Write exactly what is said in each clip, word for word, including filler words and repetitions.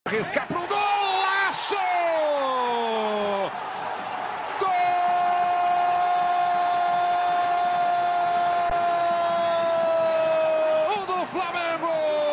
Arrisca pro golaço! Gol do Flamengo!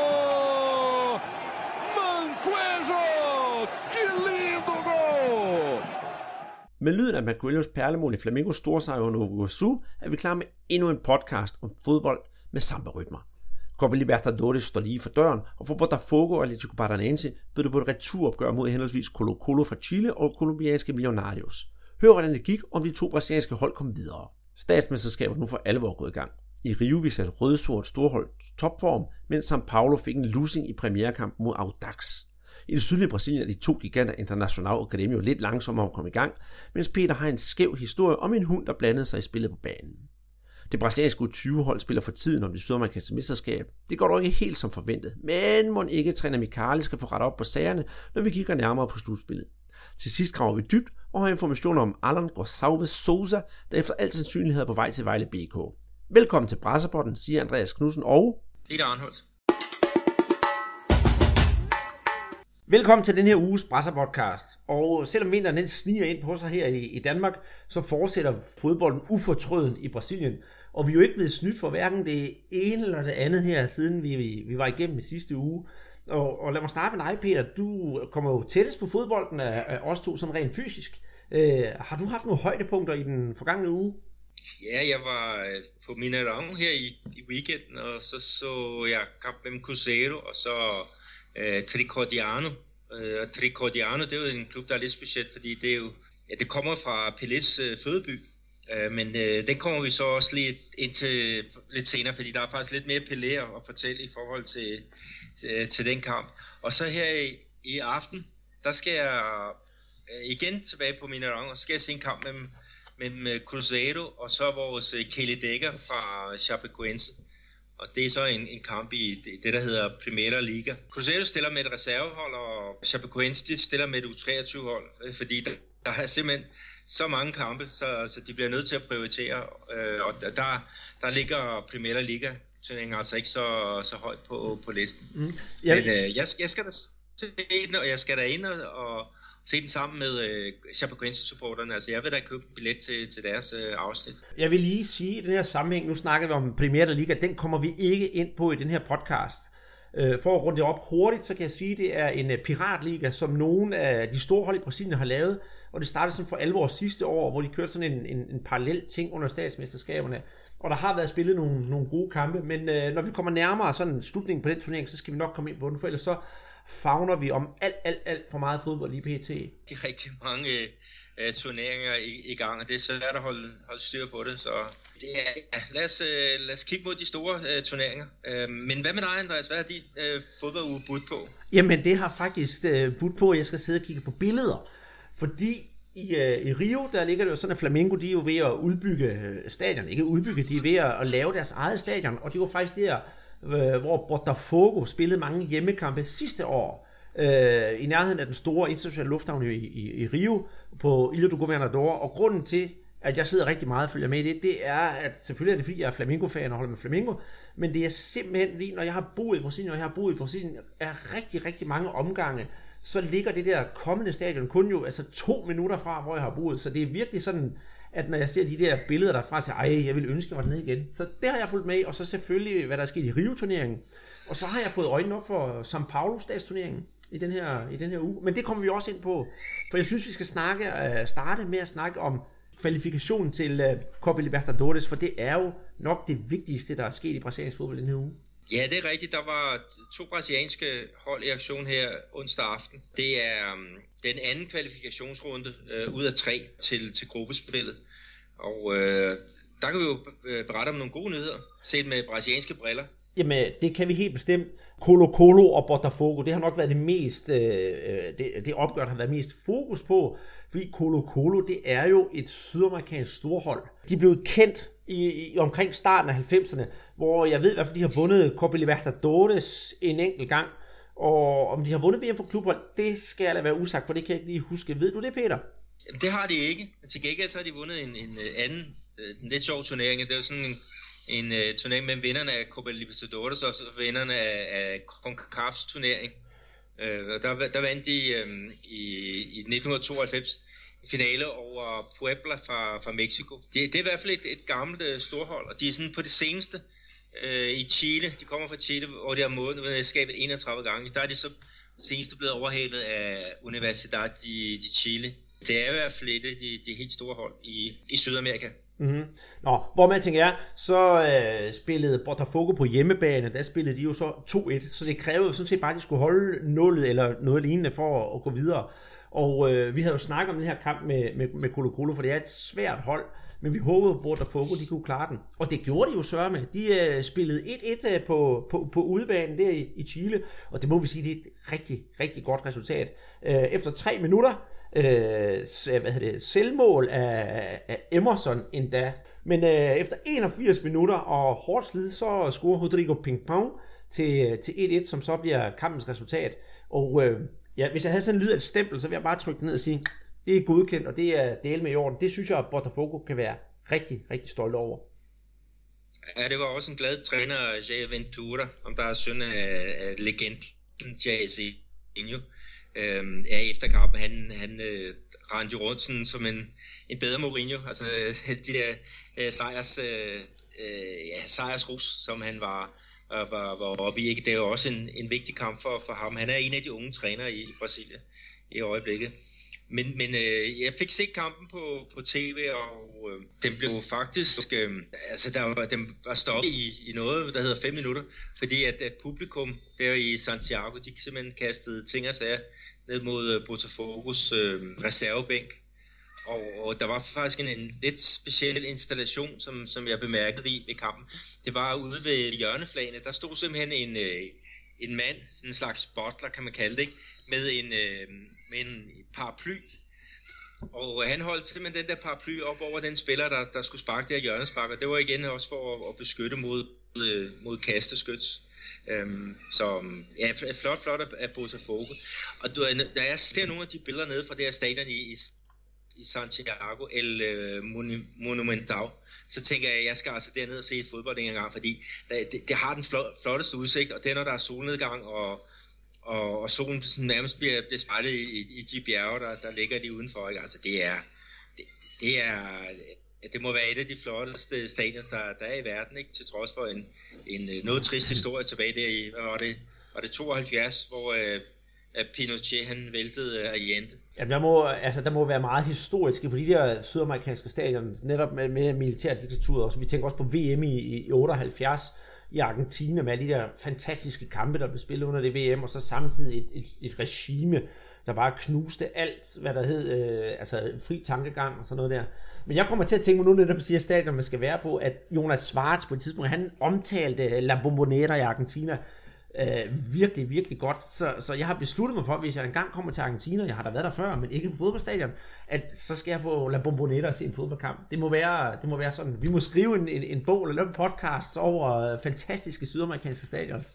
Manquejo! Que lindo gol! Med lyden af Manquejos perlemål i Flamingos storsejr under Uruguay er vi klar med endnu en podcast om fodbold med samba-rytmer. Copa Libertadores står lige for døren, og for Botafogo og Atlético Paranaense bød det på et returopgør mod henholdsvis Colo Colo fra Chile og kolumbianske Millonarios. Hør hvordan det gik, om de to brasilianske hold kom videre. Statsmesterskabet nu for alvor gået i gang. I Rio viste et rødsort storhold topform, mens São Paulo fik en losing i premierkamp mod Audax. I det sydlige Brasilien er de to giganter Internacional og Grêmio lidt langsommere at komme i gang, mens Peter har en skæv historie om en hund, der blandede sig i spillet på banen. Det brasilianske U tyve hold spiller for tiden om det sydamerikanske mesterskab. Det går dog ikke helt som forventet, men må ikke træner Micali skal få rettet op på sagerne, når vi kigger nærmere på slutspillet. Til sidst graver vi dybt og har informationer om Alan Gonçalves Souza, der efter al sandsynlighed er på vej til Vejle B K. Velkommen til Brasserbotten, siger Andreas Knudsen og Peter Arnholdt. Velkommen til den her uges Brasser-podcast. Og selvom vinteren den sniger ind på sig her i, i Danmark, så fortsætter fodbolden ufortrøden i Brasilien. Og vi er jo ikke blevet snydt for hverken det ene eller det andet her, siden vi, vi, vi var igennem i sidste uge. Og, og lad mig starte med dig, Peter. Du kommer jo tættest på fodbolden af, af os to sådan rent fysisk. Øh, har du haft nogle højdepunkter i den forgangne uge? Ja, jeg var på Mineirão her i, i weekenden, og så så jeg kamp mellem Cruzeiro og så uh, Tricordiano. Uh, og Tricordiano, det er jo en klub, der er lidt speciel, fordi det er jo, ja, det kommer fra Pelés uh, fødeby. Uh, men uh, den kommer vi så også lidt ind til lidt senere, fordi der er faktisk lidt mere Pelé at fortælle i forhold til, til, til den kamp. Og så her i, i aften, der skal jeg uh, igen tilbage på Mineirão, og så skal jeg se en kamp mellem mellem Cruzeiro og så vores Kelly Dækker fra Chapecoense. Og det er så en, en kamp i det, det, der hedder Primeira Liga. Cruzeiro stiller med et reservehold, og Chapecoense de stiller med et U treogtyve hold, fordi der, der er simpelthen så mange kampe, så, så de bliver nødt til at prioritere. Og der, der ligger Primeira Liga turneringen altså ikke så, så højt på, på listen. Mm. Ja. Men øh, jeg, jeg skal da se den, og jeg skal da ind og, og se den sammen med øh, Chapecoense-supporterne. Altså, jeg vil da købe en billet til, til deres øh, afsnit. Jeg vil lige sige, i den her sammenhæng, nu snakker vi om Primeira Liga, den kommer vi ikke ind på i den her podcast. Øh, for at runde det op hurtigt, så kan jeg sige, at det er en uh, piratliga, som nogle af de store hold i Brasilien har lavet, og det startede sådan for alvor sidste år, hvor de kørte sådan en, en, en parallel ting under statsmesterskaberne, og der har været spillet nogle, nogle gode kampe, men øh, når vi kommer nærmere sådan slutningen på den turnering, så skal vi nok komme ind på den, for ellers så favner vi om alt, alt, alt for meget fodbold i P T. Det er rigtig mange uh, turneringer i, i gang, og det er svært at holde, holde styr på det. Så det er, ja, lad, os, uh, lad os kigge mod de store uh, turneringer. Uh, men hvad med dig, Andreas? Hvad har din uh, fodbolduge budt på? Jamen, det har faktisk uh, budt på, at jeg skal sidde og kigge på billeder. Fordi i, uh, i Rio, der ligger det jo sådan, at Flamengo, de er jo ved at udbygge stadion. Ikke udbygge, de er ved at lave deres eget stadion, og det var faktisk der, hvor Botafogo spillede mange hjemmekampe sidste år øh, i nærheden af den store internationale lufthavn i, i, i Rio på Ilha do Governador. Og grunden til, at jeg sidder rigtig meget og følger med i det, det er, at selvfølgelig er det fordi, jeg er Flamengo-fan og holder med Flamengo, men det er simpelthen fordi, når jeg har boet i Brasilien, og jeg har boet i Brasilien er rigtig, rigtig mange omgange, så ligger det der kommende stadion kun jo altså to minutter fra, hvor jeg har boet. Så det er virkelig sådan, at når jeg ser de der billeder derfra til, ej, jeg vil ønske, jeg var dernede igen. Så det har jeg fulgt med, og så selvfølgelig, hvad der er sket i Rio-turneringen. Og så har jeg fået øjnene op for São Paulo statsturneringen i den her, i den her uge. Men det kommer vi også ind på, for jeg synes, vi skal snakke, uh, starte med at snakke om kvalifikationen til uh, Copa Libertadores, for det er jo nok det vigtigste, der er sket i brasiliansk fodbold den her uge. Ja, det er rigtigt. Der var to brasilianske hold i aktion her onsdag aften. Det er um, den anden kvalifikationsrunde uh, ud af tre til, til gruppespillet. Og uh, der kan vi jo berette om nogle gode nyheder, set med brasilianske briller. Jamen, det kan vi helt bestemt. Colo Colo og Botafogo, det har nok været det mest, øh, det, det opgør, der har været mest fokus på, fordi Colo Colo, det er jo et sydamerikansk storhold. De er blevet kendt i, i omkring starten af halvfemserne, hvor jeg ved i hvert fald, de har vundet Copa Libertadores en enkelt gang, og om de har vundet V M for klubhold, det skal jeg lade være usagt, for det kan jeg ikke lige huske. Ved du det, Peter? Jamen, det har de ikke. Til gengæld så har de vundet en, en anden, en lidt sjov turnering. Det er jo sådan en en uh, turnering mellem vinderne af Copa Libertadores og så vinderne af, af CONCACAF's turnering. Øh, der, der vandt de øh, i, i nitten tooghalvfems finale over Puebla fra, fra Mexico. Det, det er i hvert fald et, et gammelt øh, storhold, og de er sådan på det seneste øh, i Chile. De kommer fra Chile, hvor de har målet enogtredive gange. Der er de så seneste blevet overhalet af Universidad de, de Chile. Det er i hvert fald et af de, de helt store hold i, i Sydamerika. Mm-hmm. Nå, hvor man tænker er, så øh, spillede Botafogo på hjemmebane, der spillede de jo så to et, så det krævede sådan set bare, at de skulle holde nullet eller noget lignende for at, at gå videre. Og øh, vi havde jo snakket om den her kamp med, med, med Colo Colo, for det er et svært hold, men vi håbede, at Botafogo de kunne klare den. Og det gjorde de jo sørme. De øh, spillede et et på, på, på udebanen der i, i Chile, og det må vi sige, det er et rigtig, rigtig godt resultat. Øh, efter tre minutter, øh, hvad hedder det, selvmål af, af Emerson endda. Men øh, efter enogfirs minutter og hårdt slid, så scorer Rodrigo Pimpão til, til et et, som så bliver kampens resultat. Og øh, ja, hvis jeg havde sådan en lyd af et stempel, så vil jeg bare trykke ned og sige, det er godkendt, og det er del med i orden. Det synes jeg, at Botafogo kan være rigtig, rigtig stolt over. Ja, det var også en glad træner, Jair Ventura, om der er søn af, af legenden Jair Zinho. Øhm, ja, efter kampen, han, han øh, rendte rundt sådan, som en, en bedre Mourinho. Altså de der øh, sejrs, øh, ja, sejrsrus, som han var, var, var oppe i. Ikke? Det er jo også en, en vigtig kamp for, for ham. Han er en af de unge trænere i, i Brasilien i øjeblikket. Men, men øh, jeg fik set kampen på, på tv, og øh, den blev faktisk, øh, altså der var, den var stoppet i, i noget, der hedder fem minutter, fordi at, at publikum der i Santiago, de simpelthen kastede ting og sager ned mod uh, Botafogos øh, reservebænk. Og, og der var faktisk en, en lidt speciel installation, som, som jeg bemærkede i ved kampen. Det var ude ved hjørneflagene, der stod simpelthen en, øh, en mand, sådan en slags butler kan man kalde det, ikke? med en, øh, med en paraply, og han holdt simpelthen den der paraply op over den spiller, der, der skulle sparke der hjørnespark, og det var igen også for at, at beskytte mod, øh, mod kasteskyts. Øhm, så ja, flot, flot af Botafogo. Og du, der er ser nogle af de billeder nede fra det her stadion i, i, i Santiago El øh, Monumental, så tænker jeg, at jeg skal altså derned og se fodbold en gang, fordi det, det, det har den flot, flotteste udsigt, og det er, når der er solnedgang, og Og, og solen nærmest bliver, bliver spejlet i, i de bjerge, der, der ligger lige udenfor. Ikke? Altså det er, det, det er, det må være et af de flotteste stadions, der, der er i verden, ikke? Til trods for en, en noget trist historie tilbage der i, hvad var det, var det tooghalvfjerds, hvor uh, Pinochet han væltede Allende. Ja, der må, altså, der må være meget historiske på de der sydamerikanske stadion, netop med, med militærdiktaturet også. Vi tænker også på V M i, i otteoghalvfjerds, i Argentina med alle de der fantastiske kampe, der blev spillet under det V M, og så samtidig et, et, et regime, der bare knuste alt, hvad der hed, øh, altså fri tankegang og sådan noget der. Men jeg kommer til at tænke mig nu, når der siger stadion, man skal være på, at Jonas Schwartz på et tidspunkt, han omtalte La Bombonera i Argentina øh, virkelig, virkelig godt. Så, så jeg har besluttet mig for, hvis jeg engang kommer til Argentina, jeg har da været der før, men ikke på fodboldstadion, at så skal jeg på La Bombonera og se en fodboldkamp. Det må være, det må være sådan. Vi må skrive en, en, en bog eller lave en podcast over fantastiske sydamerikanske stadions.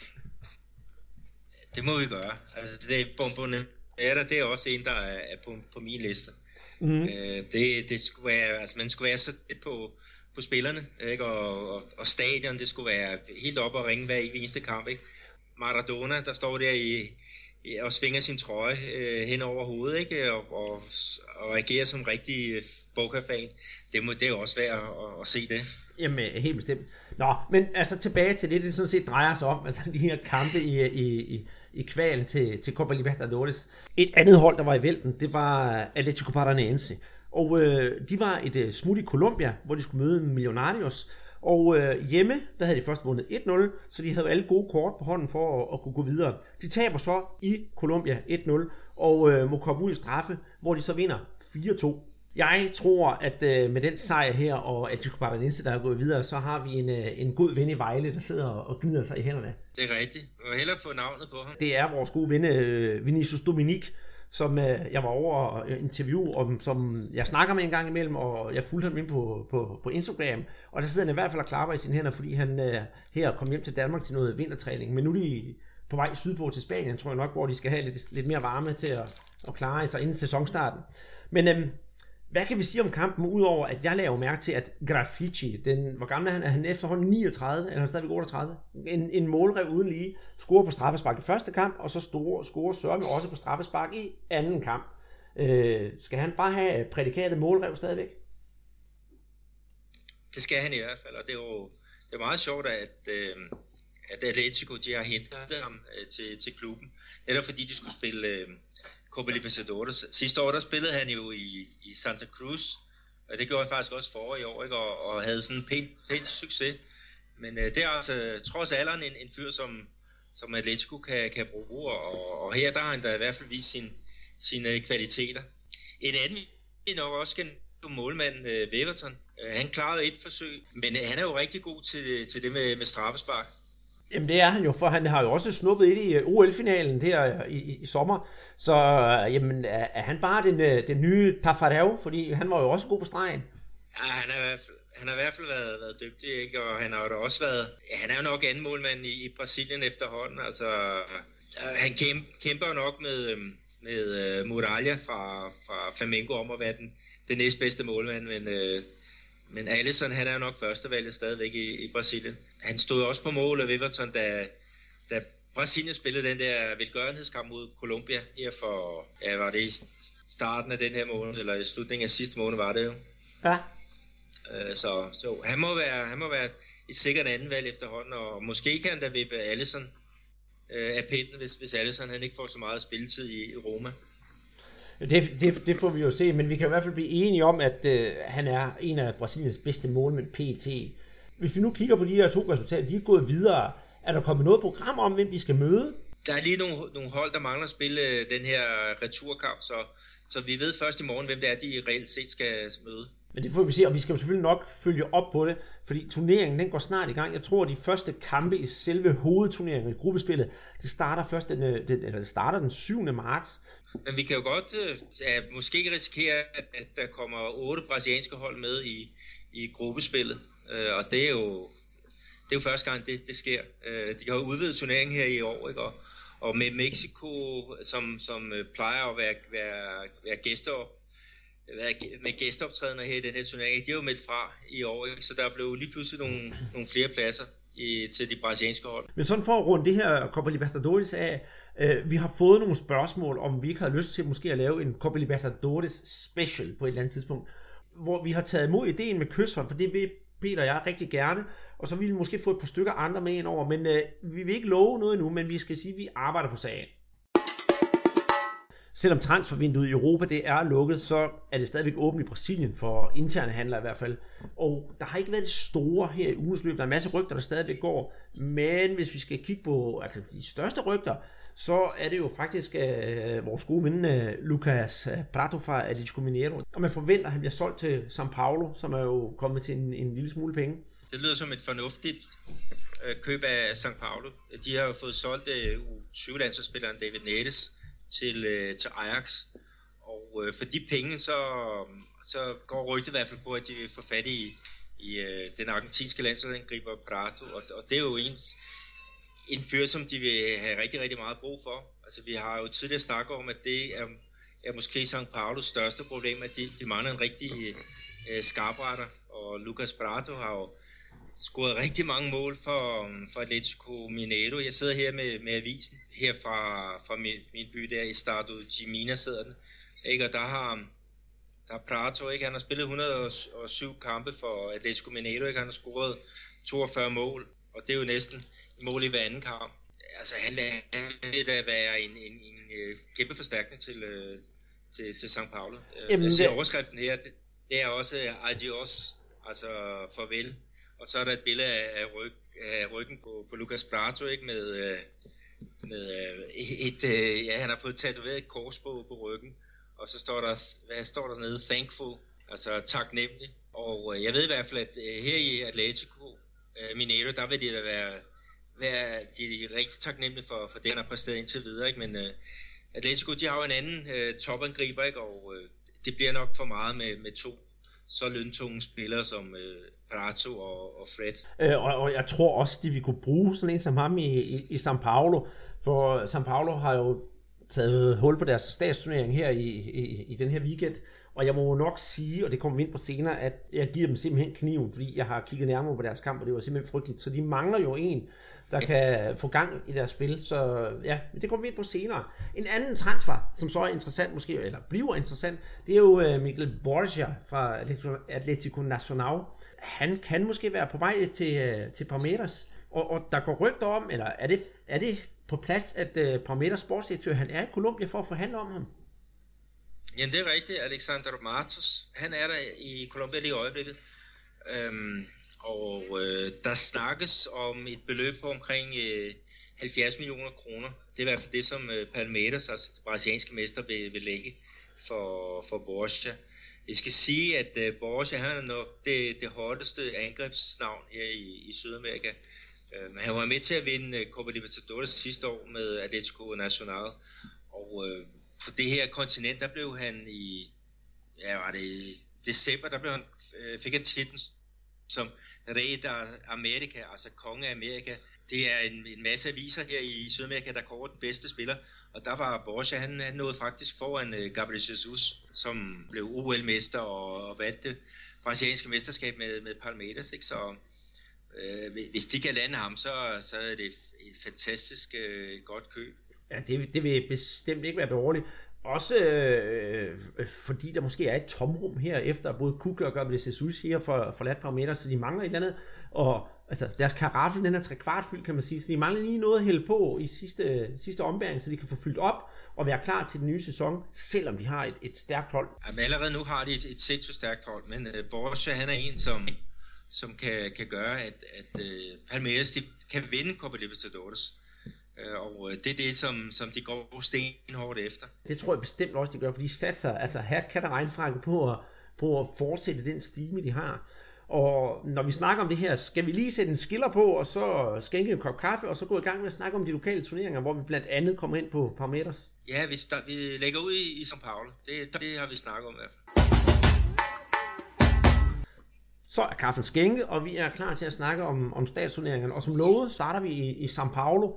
Det må vi gøre. Altså det Bombonera, det er også en, der er på, på min liste. Mm-hmm. Øh, det, det skulle være, altså man skulle være så tæt på, på spillerne, ikke? Og, og, og stadion, det skulle være helt op og ringe hver eneste kamp, ikke? Maradona, der står der i, i og svinger sin trøje øh, hen over hovedet, ikke? Og, og, og agerer som rigtig Boca-fan. Det må det også være at, at se det. Jamen, helt bestemt. Nå, men altså tilbage til det, det sådan set drejer sig om, altså de her kampe i, i, i, i kvalen til, til Copa Libertadores. Et andet hold, der var i vælten, det var Atlético Paranaense. Og øh, de var et øh, smut i Colombia, hvor de skulle møde Millonarios. Og øh, hjemme, der havde de først vundet et nul, så de havde alle gode kort på hånden for at, at kunne gå videre. De taber så i Colombia et nul, og øh, må komme ud i straffe, hvor de så vinder fire to. Jeg tror, at øh, med den sejr her, og Atlético Paranaense, der er gået videre, så har vi en, øh, en god ven i Vejle, der sidder og gnider sig i hænderne. Det er rigtigt. Jeg vil hellere få navnet på ham. Det er vores gode ven, øh, Vinicius Dominique, som øh, jeg var over og interview om, som jeg snakker med en gang imellem, og jeg fulgte ham ind på, på, på Instagram, og der sidder han i hvert fald og klapper i sine hænder, fordi han øh, her kom hjem til Danmark til noget vintertræning, men nu er de på vej sydpå til Spanien, tror jeg nok, hvor de skal have lidt, lidt mere varme til at, at klare sig inden sæsonstarten. Men øh, Hvad kan vi sige om kampen, udover at jeg laver mærke til, at Graffiti, den, hvor gammel er han? Er han efterhånden niogtredive, eller er han stadigvæk otteogtredive? En, en målrev uden lige, scorer på straffespark i første kamp, og så store, scorer Sørme også på straffespark i anden kamp. Øh, skal han bare have prædikatet målrev stadigvæk? Det skal han i hvert fald, og det er jo det er meget sjovt, at, øh, at Atletico de har hentet ham øh, til, til klubben. Netop fordi de skulle spille øh, Copa Libertadores. Sidste år der spillede han jo i, i Santa Cruz, og det gjorde han faktisk også forrige år, ikke? Og, og havde sådan en pæn, pæn succes. Men øh, det er altså trods alderen en, en fyr, som, som Atletico kan, kan bruge, og, og her der har han da i hvert fald vist sin, sine kvaliteter. En anden vi nok også skal målmanden øh, Weverton. Øh, han klarede et forsøg, men øh, han er jo rigtig god til, til det med, med straffespark. Jamen det er han jo, for han har jo også snuppet et i O L-finalen der i, i, i sommer. Så øh, jamen, er, er han bare den, den nye Tafarel, fordi han var jo også god på stregen. Ja, han har i hvert fald, han har i hvert fald været, været dygtig, ikke? Og han har jo da også været, ja, han er jo nok anden målmand i, i Brasilien efterhånden. Altså, han kæmper, kæmper nok med, med uh, Muralha fra, fra Flamengo om at være den, den næstbedste målmand, men, uh, men Alisson, han er jo nok førstevalget stadigvæk i, i Brasilien. Han stod også på mål af Weverton, da, da Brasilien spillede den der velgørenhedskamp mod Colombia her for, ja, var det i starten af den her måned, eller i slutningen af sidste måned var det jo. Ja. Uh, så, så han må være, han må være et sikkert anden valg efterhånden, og måske kan han da vippe Alisson uh, af pinden, hvis, hvis Alisson han ikke får så meget spilletid i, i Roma. Det, det, det får vi jo se, men vi kan i hvert fald blive enige om, at øh, han er en af Brasiliens bedste målmænd P T. Hvis vi nu kigger på de her to resultater, de er gået videre. Er der kommet noget program om, hvem de skal møde? Der er lige nogle, nogle hold, der mangler at spille den her returkamp, så, så vi ved først i morgen, hvem det er, de reelt set skal møde. Men det får vi se, og vi skal jo selvfølgelig nok følge op på det, fordi turneringen den går snart i gang. Jeg tror, at de første kampe i selve hovedturneringen, i gruppespillet, det starter først den, den, eller det starter den syvende marts. Men vi kan jo godt ja, måske ikke risikere, at, at der kommer otte brasilianske hold med i, i gruppespillet, øh, og det er jo det er jo første gang, det, det sker. Øh, de har jo udvidet turneringen her i år, ikke? Og, og med Mexico, som, som plejer at være, være, være gæster, med gæsteoptrædener her i den her turnering, de er jo meldt fra i år, ikke? Så der blev lige pludselig nogle, nogle flere pladser i, til de brasilianske hold. Men sådan for at runde det her Copa Libertadores af, øh, vi har fået nogle spørgsmål, om vi ikke har lyst til måske at lave en Copa Libertadores special på et eller andet tidspunkt, hvor vi har taget imod ideen med kysshånd, for det vil Peter og jeg rigtig gerne, og så vil vi måske få et par stykker andre med ind over, men øh, vi vil ikke love noget nu, men vi skal sige, at vi arbejder på sagen. Selvom transfervinduet i Europa det er lukket, så er det stadigvæk åbent i Brasilien for interne handler i hvert fald. Og der har ikke været det store her i ugens løb. Der er en masse rygter, der stadigvæk går. Men hvis vi skal kigge på altså, de største rygter, så er det jo faktisk øh, vores gode ven øh, Lucas Prato fra Atlético Mineiro. Og man forventer, at han bliver solgt til São Paulo, som er jo kommet til en, en lille smule penge. Det lyder som et fornuftigt øh, køb af São Paulo. De har jo fået solgt øh, U tyve-landsholdsspilleren David Neres til, øh, til Ajax, og øh, for de penge, så, så går rygtet i hvert fald på, at de vil få fat i, i øh, den argentinske landsholdsangriber Prato, og, og det er jo en, en fyr, som de vil have rigtig, rigtig meget brug for. Altså vi har jo tidligere snakket om, at det er, er måske São Paulos største problem, at de, de mangler en rigtig øh, skarpretter, og Lucas Prato har jo scoret rigtig mange mål for, for Atlético Mineiro. Jeg sidder her med, med avisen, her fra, fra min, min by der i Estado de Minas sidder den. Ikke? Og der har, der har Prato, ikke? Han har spillet et hundrede og syv kampe for Atlético Mineiro, ikke? Han har scoret toogfyrre mål, og det er jo næsten et mål i hver anden kamp. Altså han, han vil da være en, en, en, en kæmpe forstærkning til, til, til São Paulo. Jamen, jeg ser overskriften her, det, det er også adios, altså farvel. Og så er der et billede af, ryg, af ryggen på, på Lucas Prato, ikke? Med, med et, et, ja, han har fået tatoveret et kors på, på ryggen, og så står der, hvad står der nede, thankful, altså taknemmelig. Og jeg ved i hvert fald, at her i Atlético Mineiro, der vil de da være, være de er rigtig taknemmelige for, for det, han har præsteret indtil videre, ikke? Men uh, Atlético, de har jo en anden uh, topangriber, ikke? Og uh, det bliver nok for meget med, med to så løntunge spillere som øh, Prato og, og Fred. Øh, og, og jeg tror også, de vil kunne bruge sådan en som ham i, i, i São Paulo, for São Paulo har jo taget hul på deres statsturnering her i, i, i den her weekend, Og jeg må nok sige, og det kommer vi ind på senere, at jeg giver dem simpelthen kniven, fordi jeg har kigget nærmere på deres kamp, og det var simpelthen frygteligt. Så de mangler jo en, der kan få gang i deres spil. Så ja, det kommer vi ind på senere. En anden transfer, som så er interessant måske, eller bliver interessant, det er jo Miguel Borja fra Atlético Nacional. Han kan måske være på vej til, til Palmeiras, og, og der går rygter om, eller er det, er det på plads, at uh, Palmeiras sportsdirektør, han er i Colombia for at forhandle om ham? Jamen det er rigtigt, Alexander Matos, han er der i Colombia lige i øjeblikket, øhm, og øh, der snakkes om et beløb på omkring øh, halvfjerds millioner kroner. Det er i hvert fald det, som øh, Palmeiras, altså det brasilianske mester, vil, vil lægge for, for Borja. Jeg skal sige, at øh, Borja, han er nok det, det hotteste angrebsnavn her i, i Sydamerika. Øh, han var med til at vinde Copa Libertadores sidste år med Atlético Nacional, og øh, på det her kontinent, der blev han i, ja, var det i december, der blev han, øh, fik han titlen som Rey de America, altså konge af Amerika. Det er en, en masse aviser her i Sydamerika, der kårer den bedste spiller, og der var Borja, han, han nåede faktisk foran øh, Gabriel Jesus, som blev O L-mester og, og vandt det brasilianske mesterskab med, med Palmeiras, ikke? Så øh, hvis de kan lande ham, så, så er det et fantastisk øh, godt køb. Ja, det, det vil bestemt ikke være dårligt. Også øh, fordi der måske er et tomrum her, efter både Kuka og Gabriel Jesus her for, for Lat Palmeiras, så de mangler et eller andet. Og altså, deres karaffel, den er tre kvart fyldt, kan man sige, så de mangler lige noget at hælde på i sidste, sidste ombæring, så de kan få fyldt op og være klar til den nye sæson, selvom de har et, et stærkt hold. Jamen, allerede nu har de et, et sindssygt stærkt hold, men uh, Borja, han er en, som, som kan, kan gøre, at, at uh, Palmeiras de kan vinde Copa Libertadores. Og det er det, som, som de går stenhårdt efter. Det tror jeg bestemt også, de gør, for de satser, altså her kan der regnfrakke på at, på at fortsætte den stime, de har. Og når vi snakker om det her, skal vi lige sætte en skiller på, og så skænke en kop kaffe, og så gå i gang med at snakke om de lokale turneringer, hvor vi blandt andet kommer ind på Palmeiras. Ja, vi, start, vi lægger ud i, i São Paulo. Det, det har vi snakket om i hvert fald. Så er kaffen skænket, og vi er klar til at snakke om, om statsturneringerne. Og som lovet, starter vi i, i São Paulo.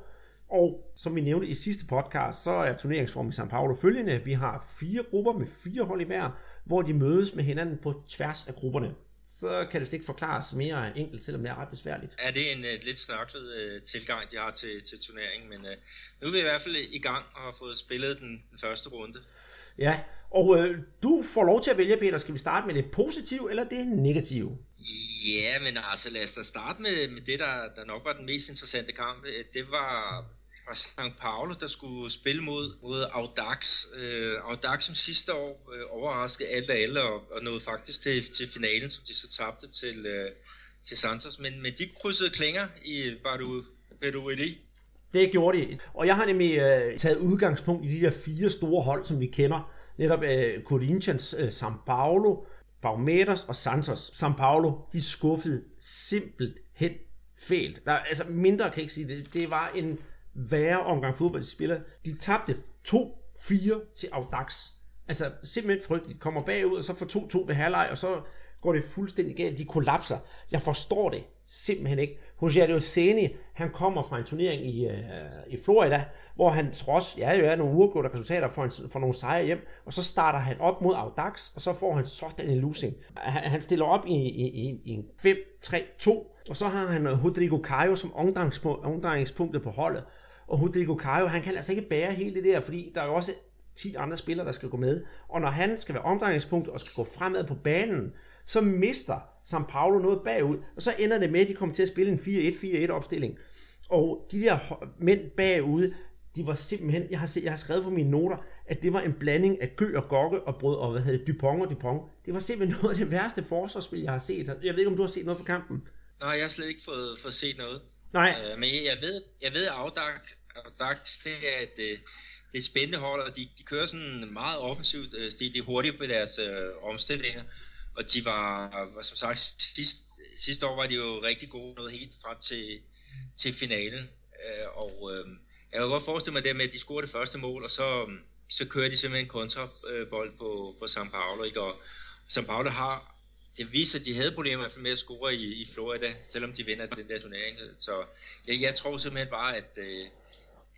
Og som vi nævnte i sidste podcast, så er turneringsformen i São Paulo følgende. Vi har fire grupper med fire hold i hver, hvor de mødes med hinanden på tværs af grupperne. Så kan det ikke forklares mere enkelt, selvom det er ret besværligt. Ja, det er en uh, lidt snørklet uh, tilgang, de har til, til turneringen, men uh, nu er vi i hvert fald i gang og har fået spillet den, den første runde. Ja, og øh, du får lov til at vælge, Peter. Skal vi starte med det positive eller det negative? Ja, men altså lad os da starte med, med det, der, der nok var den mest interessante kamp. Det var... fra São Paulo, der skulle spille mod, mod Audax. Øh, Audax som sidste år øh, overraskede alle og alle og, og nåede faktisk til, til finalen, som de så tabte til, øh, til Santos. Men, men de krydsede klinger i Barueri. Det gjorde de. Og jeg har nemlig øh, taget udgangspunkt i de der fire store hold, som vi kender. Netop øh, Corinthians, øh, São Paulo, Palmeiras og Santos. São Paulo, de skuffede simpelthen fælt. Der, altså mindre kan jeg ikke sige det. Det var en værre omgang fodbold, de spiller. De tabte to fire til Audax. Altså simpelthen frygteligt. Kommer bagud, og så får to to ved halvleg, og så går det fuldstændig galt. De kollapser. Jeg forstår det simpelthen ikke. Rogério Ceni, han kommer fra en turnering i, øh, i Florida, hvor han trods, ja jo er nogle uafgjorte resultater for, en, for nogle sejre hjem, og så starter han op mod Audax, og så får han sådan en losing. Han, han stiller op i, i, i, i en fem tre to, og så har han Rodrigo Caio som omdrejningspunktet på holdet. Og Rodrigo Caio, han kan altså ikke bære hele det der, fordi der er jo også ti andre spillere, der skal gå med. Og når han skal være omdrejningspunkt og skal gå fremad på banen, så mister São Paulo noget bagud. Og så ender det med, at de kommer til at spille en fire et fire et opstilling. Og de der mænd bagud, de var simpelthen, jeg har, set, jeg har skrevet på mine noter, at det var en blanding af Gø og Gokke og brød og hvad hedder det, Dupont og Dupont. Det var simpelthen noget af det værste forsvarsspil, jeg har set. Jeg ved ikke, om du har set noget fra kampen? Nej, jeg har slet ikke fået, fået set noget. Nej. Øh, men jeg ved, jeg ved at Audax, Audax det er et, det er et spændende hold, og de, de kører sådan meget offensivt. De, de er hurtige på deres øh, omstillinger, og de var, var som sagt, sidst, sidste år var de jo rigtig gode, noget helt frem til, til finalen. Øh, og øh, jeg kan godt forestille mig det med, at de scorer det første mål, og så, så kører de simpelthen en kontrabold på, på São Paulo. Ikke? Og São Paulo har, det viser, at de havde problemer med at score i, i Florida, selvom de vinder den der turnering. Så jeg, jeg tror simpelthen bare, at,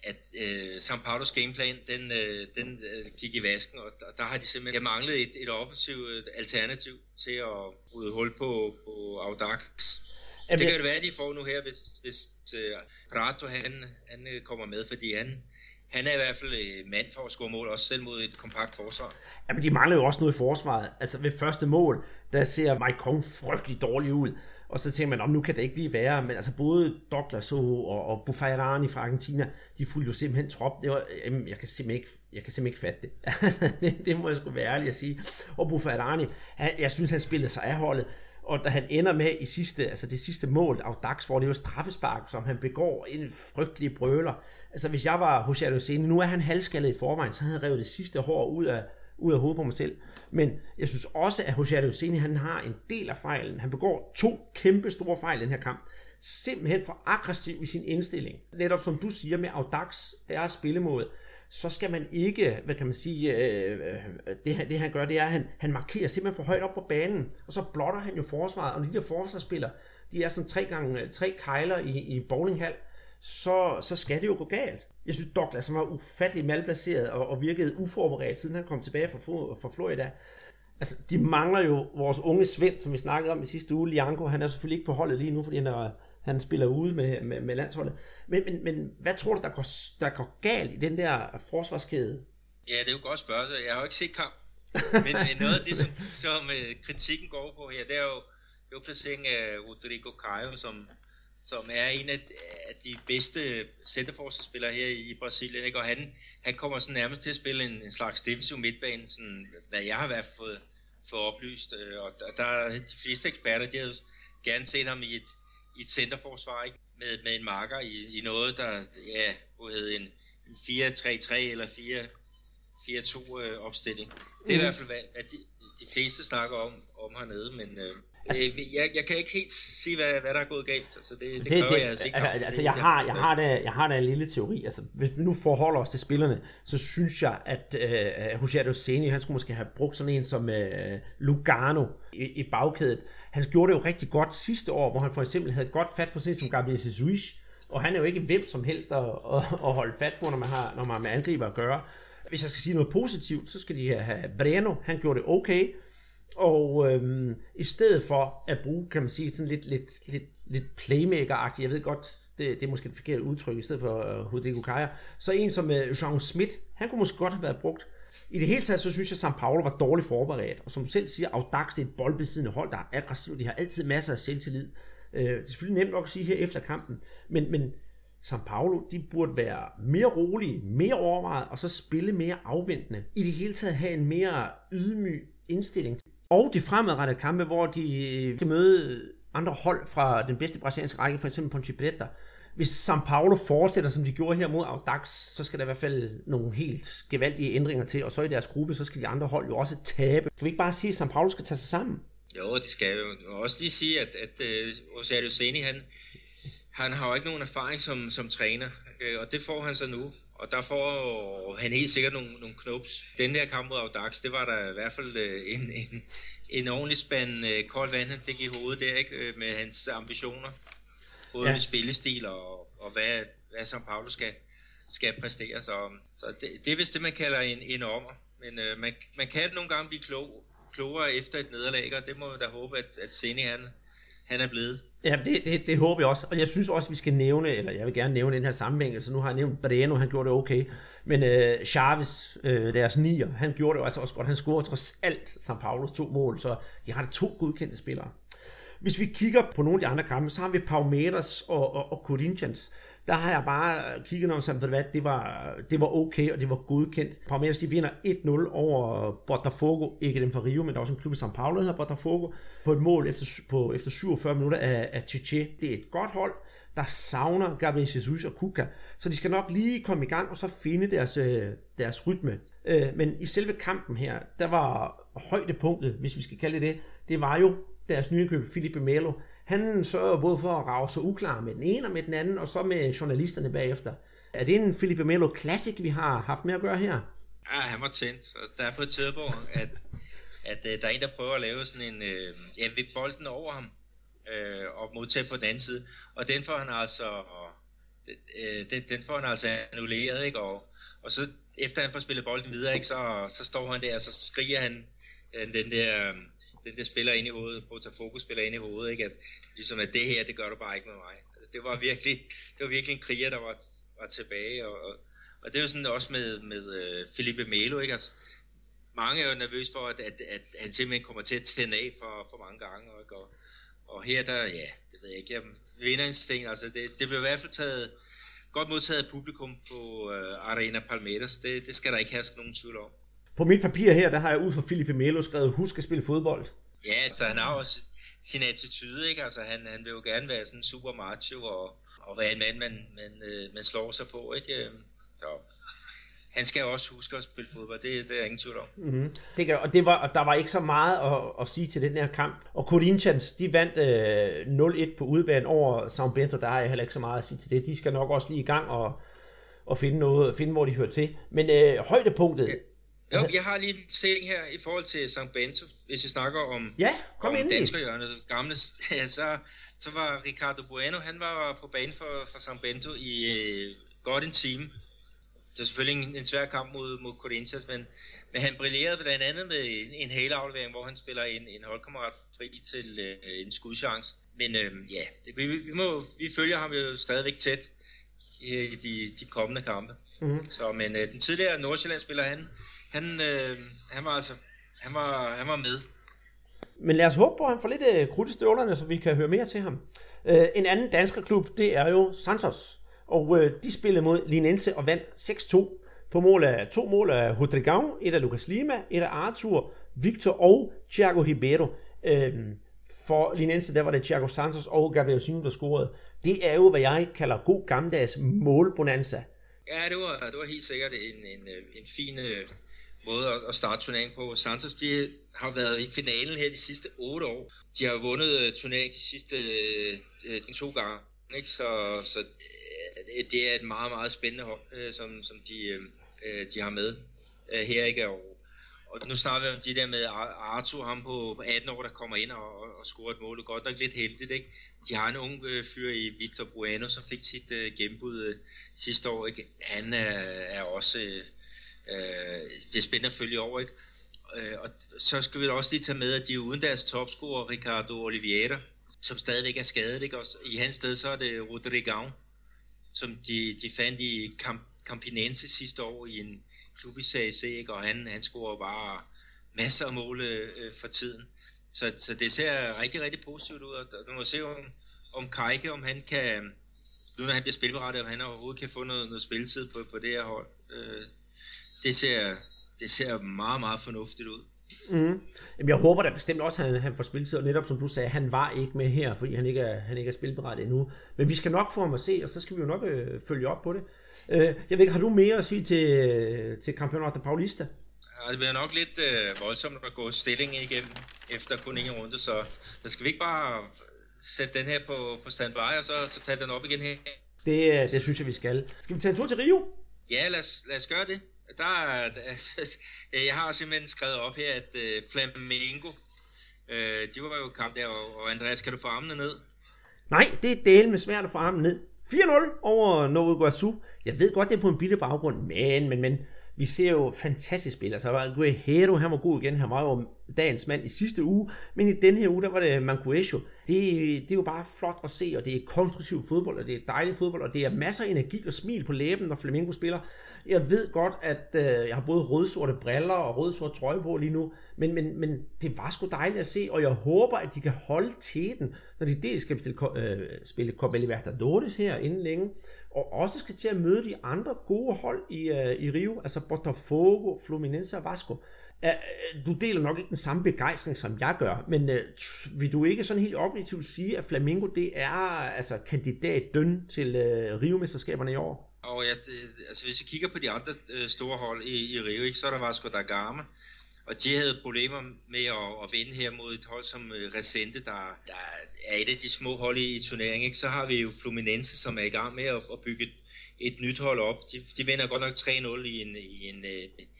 at øh, São Paulos gameplan, den, øh, den øh, gik i vasken, og der, der har de simpelthen manglet et, et offensivt alternativ til at rydde hul på, på Audax. Jamen, det kan jo være, at de får nu her, hvis, hvis uh, Prato han, han kommer med, fordi han, han er i hvert fald mand for at score mål, også selv mod et kompakt forsvar. Jamen, de mangler jo også noget i forsvaret. Altså ved første mål, der ser Maicon frygtelig dårlig ud. Og så tænker man, om nu kan det ikke blive værre, men altså både Douglas og, og Buffairani fra Argentina, de fulgte jo simpelthen trop. Det var, jamen, jeg kan simpelthen ikke, jeg kan simpelthen ikke fatte det. det. Det må jeg sgu være ærlig at sige. Og Buffairani, han, jeg synes, han spillede sig af holdet. Og da han ender med i sidste, altså det sidste mål, Audax, hvor det var straffespark, som han begår en frygtelig brøler. Altså hvis jeg var hos Jadosene, nu er han halvskaldet i forvejen, så havde han revet det sidste hår ud af, ud af hovedet på mig selv. Men jeg synes også, at José Jadosene, han har en del af fejlen. Han begår to kæmpe store fejl i den her kamp. Simpelthen for aggressiv i sin indstilling. Netop som du siger med Audax, deres spillemåde, så skal man ikke, hvad kan man sige, øh, det, det han gør, det er, at han, han markerer simpelthen for højt op på banen, og så blotter han jo forsvaret, og de der forsvarsspillere, de er sådan tre gange tre kejler i, i bowlinghal, så, så skal det jo gå galt. Jeg synes Douglas, som var ufattelig malplaceret og, og virkede uforberedt, siden han kom tilbage fra, fra Florida. Altså, de mangler jo vores unge Svend, som vi snakkede om i sidste uge, Lianco. Han er selvfølgelig ikke på holdet lige nu, fordi han, er, han spiller ude med, med, med landsholdet. Men, men, men hvad tror du, der går, der går galt i den der forsvarskæde? Ja, det er jo et godt spørgsmål. Jeg har jo ikke set kamp. Men, men noget af det, som, som uh, kritikken går på her, det er jo, jo placeringen af Rodrigo Caio, som, som er en af, af de bedste centerforsvarsspillere her i, i Brasilien. Ikke? Og han, han kommer sådan nærmest til at spille en, en slags defensiv midtbane, sådan, hvad jeg har i hvert fald fået, fået oplyst. Og der, der er de fleste eksperter, de havde gerne set ham i et, i et centerforsvar, ikke? Med, med en marker i, i noget, der ja, hed en, en fire tre tre eller fire to øh, opstilling. Det er mm. i hvert fald, hvad, hvad de, de fleste snakker om, om hernede, men øh, altså, jeg, jeg kan ikke helt sige, hvad, hvad der er gået galt. Altså, det, det, det kræver det, jeg altså ikke. Altså, altså jeg, har, jeg, har da, jeg har da en lille teori. Altså, hvis vi nu forholder os til spillerne, så synes jeg, at øh, José Jadosene, han skulle måske have brugt sådan en som øh, Lugano i, i bagkædet. Han gjorde det jo rigtig godt sidste år, hvor han for eksempel havde godt fat på sådan en som Gabriel Jesus, og han er jo ikke hvem som helst at, at, at holde fat på, når man har, når man har med angriber at gøre. Hvis jeg skal sige noget positivt, så skal de have Breno, han gjorde det okay, og øhm, i stedet for at bruge, kan man sige, sådan lidt, lidt, lidt, lidt playmaker-agtigt, jeg ved godt, det, det er måske et forkert udtryk, i stedet for uh, Rodrigo Caio, så en som uh, Jean Schmidt, han kunne måske godt have været brugt. I det hele taget, så synes jeg, at São Paulo var dårligt forberedt, og som du selv siger, Audax, det er et boldbesiddende hold, der er aggressivt, de har altid masser af selvtillid. Uh, det er selvfølgelig nemt nok at sige her efter kampen, men, men São Paulo, de burde være mere rolige, mere overvejet, og så spille mere afventende. I det hele taget have en mere ydmyg indstilling. Og de fremadrettede kampe, hvor de kan møde andre hold fra den bedste brasilianske række, for eksempel Ponte Preta. Hvis São Paulo fortsætter, som de gjorde her mod Audax, så skal der i hvert fald nogle helt gevaldige ændringer til, og så i deres gruppe, så skal de andre hold jo også tabe. Skal vi ikke bare sige, at São Paulo skal tage sig sammen? Jo, de skal jo. Og også lige sige, at, at uh, José Jadosene, han, han har jo ikke nogen erfaring som, som træner, og det får han så nu. Og der får han helt sikkert nogle, nogle knops. Den der kamp mod Audax, det var der i hvert fald en, en, en ordentlig spand koldt vand, han fik i hovedet der, ikke? Med hans ambitioner. Både ja. Med spillestil og, og hvad, hvad São Paulo skal, skal præstere. Så, så det, det er vist det, man kalder en, en ommer. Men øh, man, man kan nogle gange blive klog, klogere efter et nederlag, og det må jeg da håbe, at, at Sene han, han er blevet. Ja, det, det, det håber jeg også, og jeg synes også, vi skal nævne, eller jeg vil gerne nævne den her sammenhæng, så nu har jeg nævnt Breno, han gjorde det okay, men øh, Chaves, øh, deres nier, han gjorde det jo altså også godt, han scorede trods alt São Paulos to mål, så de har to godkendte spillere. Hvis vi kigger på nogle af de andre kampe, så har vi Palmeiras og, og, og Corinthians. Der har jeg bare kigget når som det var, det var okay, og det var godkendt. Palmeiras, de vinder et nul over Botafogo, ikke dem fra Rio, men der er også en klub i São Paulo, der hedder Botafogo, på et mål efter, på, efter syvogfyrre minutter af, af Chiche. Det er et godt hold, der savner Gabriel Jesus og Cuca, så de skal nok lige komme i gang og så finde deres, deres rytme. Men i selve kampen her, der var højdepunktet, hvis vi skal kalde det det, det var jo deres nye køb, Felipe Melo. Han sørger både for at rage sig uklar med den ene og med den anden, og så med journalisterne bagefter. Er det en Felipe Melo Classic, vi har haft med at gøre her? Ja, han var tændt. Altså, der er på et tidspunkt, at, at, at der er en, der prøver at lave sådan en... Øh, ja, vippe bolden over ham øh, og modtage på den anden side. Og den får han altså den, øh, den, den får han altså annulleret, ikke? Og, og så efter han får spillet bolden videre, ikke, så, så står han der, og så skriger han øh, den der... den der spiller ind i hovedet, Botafogo spiller ind i hovedet, ikke? At, ligesom at det her, det gør du bare ikke med mig. Altså, det var virkelig, det var virkelig en kriger, der var, var tilbage, og, og, og det er jo sådan også med, med uh, Felipe Melo, ikke? Altså, mange er jo nervøse for, at, at, at han simpelthen kommer til at tænde af for, for mange gange, ikke? Og, og her der, ja, det ved jeg ikke, jeg vinder en sten, altså det, det blev i hvert fald taget, godt modtaget af publikum på uh, Arena Palmeiras, det, det skal der ikke herske nogen tvivl om. På mit papir her, der har jeg ud fra Felipe Melo skrevet, husk at spille fodbold. Ja, altså han har også sin attitude, ikke? Altså han, han vil jo gerne være sådan super macho og, og være en mand, man, man, øh, man slår sig på, ikke? Så han skal også huske at spille fodbold, det, det er ingen tvivl om. Mm-hmm. Det kan, og det var, og der var ikke så meget at, at sige til den her kamp. Og Corinthians, de vandt øh, nul et på udebane over São Bento, der er heller ikke så meget at sige til det. De skal nok også lige i gang og, og finde noget, finde hvor de hører til. Men øh, højdepunktet... Okay. Jo, jeg har lige en ting her i forhold til São Bento, hvis vi snakker om, ja, kom om danskerhjørnet, gamle, ja, så, så var Ricardo Bueno, han var på banen for, for São Bento i øh, godt en time. Det er selvfølgelig en, en svær kamp mod, mod Corinthians, men, men han brillerede blandt andet med en, en haleaflevering, hvor han spiller en, en holdkammerat fri til øh, en skudchance. Men øh, ja, det, vi, vi, må, vi følger ham jo stadigvæk tæt i de, de kommende kampe. Mm-hmm. Så, men øh, den tidligere Nordsjælland-spiller, han... Han, øh, han var altså, han var, han var med. Men lad os håbe på, at han får lidt øh, krudt i støvlerne, så vi kan høre mere til ham. Øh, en anden danskerklub, det er jo Santos. Og øh, de spillede mod Linense og vandt seks to. På mål af to mål af Rodrigão, et af Lucas Lima, et af Arthur, Victor og Thiago Ribeiro. Øh, for Linense, der var det Thiago Santos og Gabriel Sino, der scorede. Det er jo, hvad jeg kalder god gammeldags målbonanza. Ja, det var, det var helt sikkert en, en, en fin... måde at starte turneringen på. Santos, de har været i finalen her de sidste otte år. De har vundet turneringen de sidste de to gange, ikke? Så, så det er et meget, meget spændende hold, som, som de, de har med her, ikke? Og, og nu snakker vi om de der med Arthur, ham på atten år, der kommer ind og, og scorer et mål. Det er godt nok lidt heldigt, ikke? De har en ung fyr i Victor Bueno, som fik sit gennembrud sidste år, ikke? Han er, er også... Øh, det er spændende at følge over, ikke? Øh, og så skal vi også lige tage med, at de er uden deres topscorer, Ricardo Oliveira, som stadigvæk er skadet, ikke? Og i hans sted, så er det Rodrigão, som de, de fandt i Camp, Campinense sidste år i en klub i Serie C, ikke? Og han, han scorer bare masser af mål øh, for tiden. Så, så det ser rigtig, rigtig positivt ud, og nu må se om, om Kajke, om han kan, nu når han bliver spilberettet, om han overhovedet kan få noget, noget spilletid på, på det her hold. Øh, Det ser, det ser meget, meget fornuftigt ud. Mm. Jamen, jeg håber da bestemt også, at han, han får spilletid, og netop som du sagde, han var ikke med her, fordi han ikke er, han ikke er spilberettet endnu. Men vi skal nok få ham at se, og så skal vi jo nok øh, følge op på det. Øh, jeg ved ikke, har du mere at sige til, til Campeonato Paulista? Ja, det bliver nok lidt øh, voldsomt at gå stillingen igennem efter kun en runde, så der skal vi ikke bare sætte den her på, på standby, og så, så tage den op igen her? Det, det synes jeg, vi skal. Skal vi tage en tur til Rio? Ja, lad os, lad os gøre det. Der, der, jeg har simpelthen skrevet op her, at uh, Flamengo, uh, de var jo kamp der, og, og Andreas, kan du få armene ned? Nej, det er delen med svært at få armene ned. fire nul over Nova Iguaçu. Jeg ved godt, det er på en billig baggrund, men, men, men, vi ser jo fantastisk spil. Altså, Guerrero, han var god igen, han var jo dagens mand i sidste uge, men i den her uge, der var det Mancuello. Det, det er jo bare flot at se, og det er konstruktiv fodbold, og det er dejlig fodbold, og det er masser af energi og smil på læben, når Flamengo spiller. Jeg ved godt, at øh, jeg har både rødsorte briller og rødsort trøje på lige nu, men, men, men det var sgu dejligt at se, og jeg håber, at de kan holde teten, når de dels skal bestille, øh, spille Copa Libertadores her inden længe, og også skal til at møde de andre gode hold i, øh, i Rio, altså Botafogo, Fluminense og Vasco. Øh, du deler nok ikke den samme begejstring, som jeg gør, men øh, vil du ikke sådan helt objektivt sige, at Flamengo det er altså kandidat døn til øh, Rio-mesterskaberne i år? Og ja, det, altså hvis vi kigger på de andre øh, store hold i, i Rio, ikke, så er der Vasco da Gama, og de havde problemer med at, at vinde her mod et hold som øh, Resende, der, der er et af de små hold i, i turneringen. Ikke? Så har vi jo Fluminense, som er i gang med at, at bygge et, et nyt hold op. De, de vinder godt nok tre nul i en, i en, øh,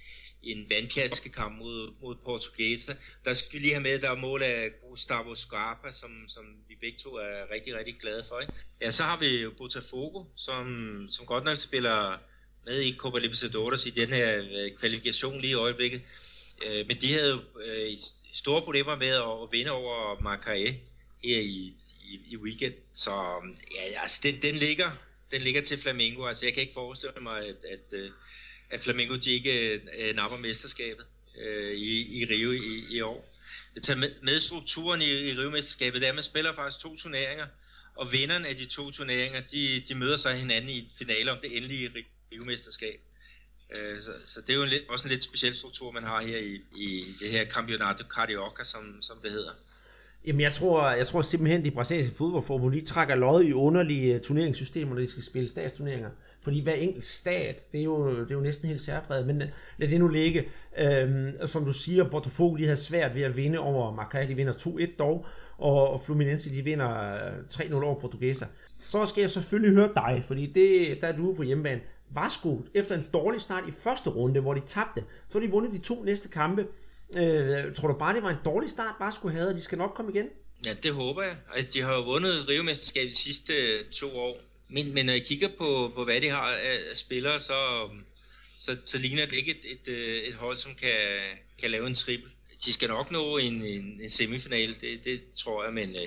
en vandklaskekamp mod, mod Portuguesa. Der skal vi lige have med, der er mål af Gustavo Scarpa, som, som vi begge to er rigtig, rigtig glade for. Ikke? Ja, så har vi jo Botafogo, som, som godt nok spiller med i Copa Libertadores i den her kvalifikation lige i øjeblikket. Øh, men de havde jo øh, store problemer med at vinde over Macaé her i, i, i weekend. Så ja, altså den, den, ligger, den ligger til Flamengo. Altså jeg kan ikke forestille mig, at, at, at Flamengo de ikke uh, napper mesterskabet uh, i, i Rio i, i år. Det tager med, med strukturen i, i Rio-mesterskabet, det er, at man spiller faktisk to turneringer, og vinderne af de to turneringer, de, de møder sig hinanden i en finale om det endelige Rio-mesterskab. Uh, så, så det er jo en lidt, også en lidt speciel struktur, man har her i, i det her Campeonato Carioca, som, som det hedder. Jamen jeg tror, jeg tror simpelthen, at de brasilianske fodboldforbund, de trækker lod i underlige turneringssystemer, når de skal spille statsturneringer. Fordi hver enkelt stat, det er jo, det er jo næsten helt særpræget, men lad det nu ligge. Øhm, som du siger, Botafogo, de har svært ved at vinde over Macaé, de vinder to et dog, og Fluminense, de vinder tre nul over Portuguesa. Så skal jeg selvfølgelig høre dig, fordi det, der er du på hjemmebane. Vasco, efter en dårlig start i første runde, hvor de tabte, så har de vundet de to næste kampe. Øh, tror du bare, det var en dårlig start, Vasco havde, og de skal nok komme igen? Ja, det håber jeg. Altså, de har jo vundet Rio-mesterskabet de sidste to år. Men, men når jeg kigger på, på hvad de har af spillere, så, så, så ligner det ikke et, et, et hold, som kan, kan lave en triple. De skal nok nå en, en, en semifinale, det, det tror jeg, men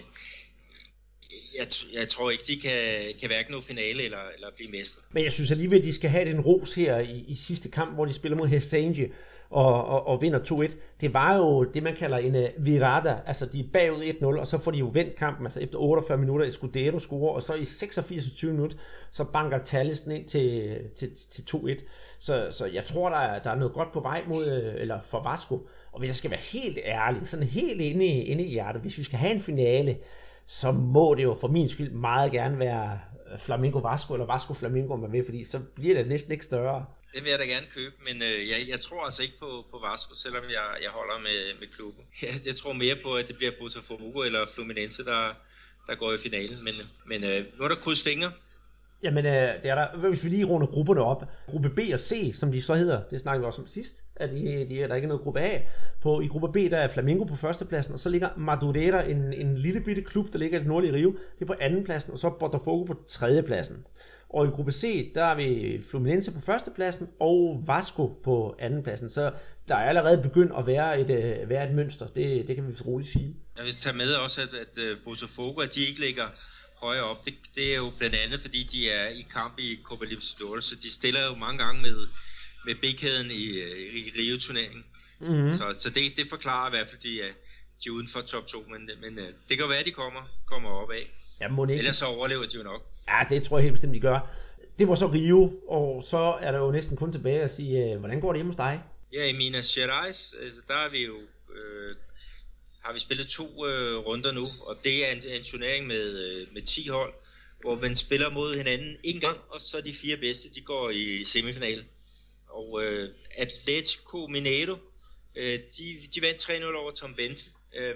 jeg, jeg tror ikke, de kan, kan hverken nå finale eller, eller blive mestre. Men jeg synes alligevel, at de skal have den ros her i, i sidste kamp, hvor de spiller mod Resende og, og, og vinder to et. Det var jo det, man kalder en uh, virada, altså de er bagud et nul, og så får de jo vendt kampen, altså efter otteogfyrre minutter, Escudero scorer, og så i seksogfirs tyve minutter, så banker Tallesen ind til, til, til to et. Så, så jeg tror, der er, der er noget godt på vej mod, eller for Vasco. Og hvis jeg skal være helt ærlig, sådan helt inde i, inde i hjertet, hvis vi skal have en finale, så må det jo for min skyld meget gerne være Flamengo Vasco, eller Vasco Flamengo, man ved, fordi så bliver det næsten ikke større. Det vil jeg da gerne købe, men øh, jeg, jeg tror altså ikke på, på Vasco, selvom jeg, jeg holder med, med klubben. Jeg, jeg tror mere på, at det bliver Botafogo eller Fluminense, der, der går i finalen, men, men øh, nu er der kryds fingre. Jamen, øh, det er der, hvis vi lige runder grupperne op. Gruppe B og C, som de så hedder, det snakkede vi også om sidst, at de, de, der ikke er noget gruppe A. På, I gruppe B, der er Flamengo på førstepladsen, og så ligger Madureira, en, en lille bitte klub, der ligger i det nordlige Rio, det er på andenpladsen, og så Botafogo på tredjepladsen. Og i gruppe C, der er vi Fluminense på førstepladsen, og Vasco på andenpladsen. Så der er allerede begyndt at være et, uh, være et mønster, det, det kan vi roligt sige. Jeg vil tage med også, at, at Botafogo, at de ikke ligger højere op. Det, det er jo blandt andet, fordi de er i kamp i Copa Libertadores, så de stiller jo mange gange med, med B-kæden i, i Rio-turneringen. Mm-hmm. Så, så det, det forklarer i hvert fald, de er, de er uden for top to, men, men det kan være, at de kommer, kommer op af. Ja, må ikke. Ellers så overlever de jo nok. Ja, det tror jeg helt bestemt, de gør. Det var så Rio, og så er der jo næsten kun tilbage at sige, hvordan går det hjemme hos dig? Ja, i Minas Gerais, altså der er vi jo... Øh, har vi spillet to øh, runder nu, og det er en, en turnering med, øh, med ti hold, hvor man spiller mod hinanden en gang, og så de fire bedste, de går i semifinalen. Og øh, Atlético Mineiro, øh, de, de vandt tre nul over Tom Bense. Øh,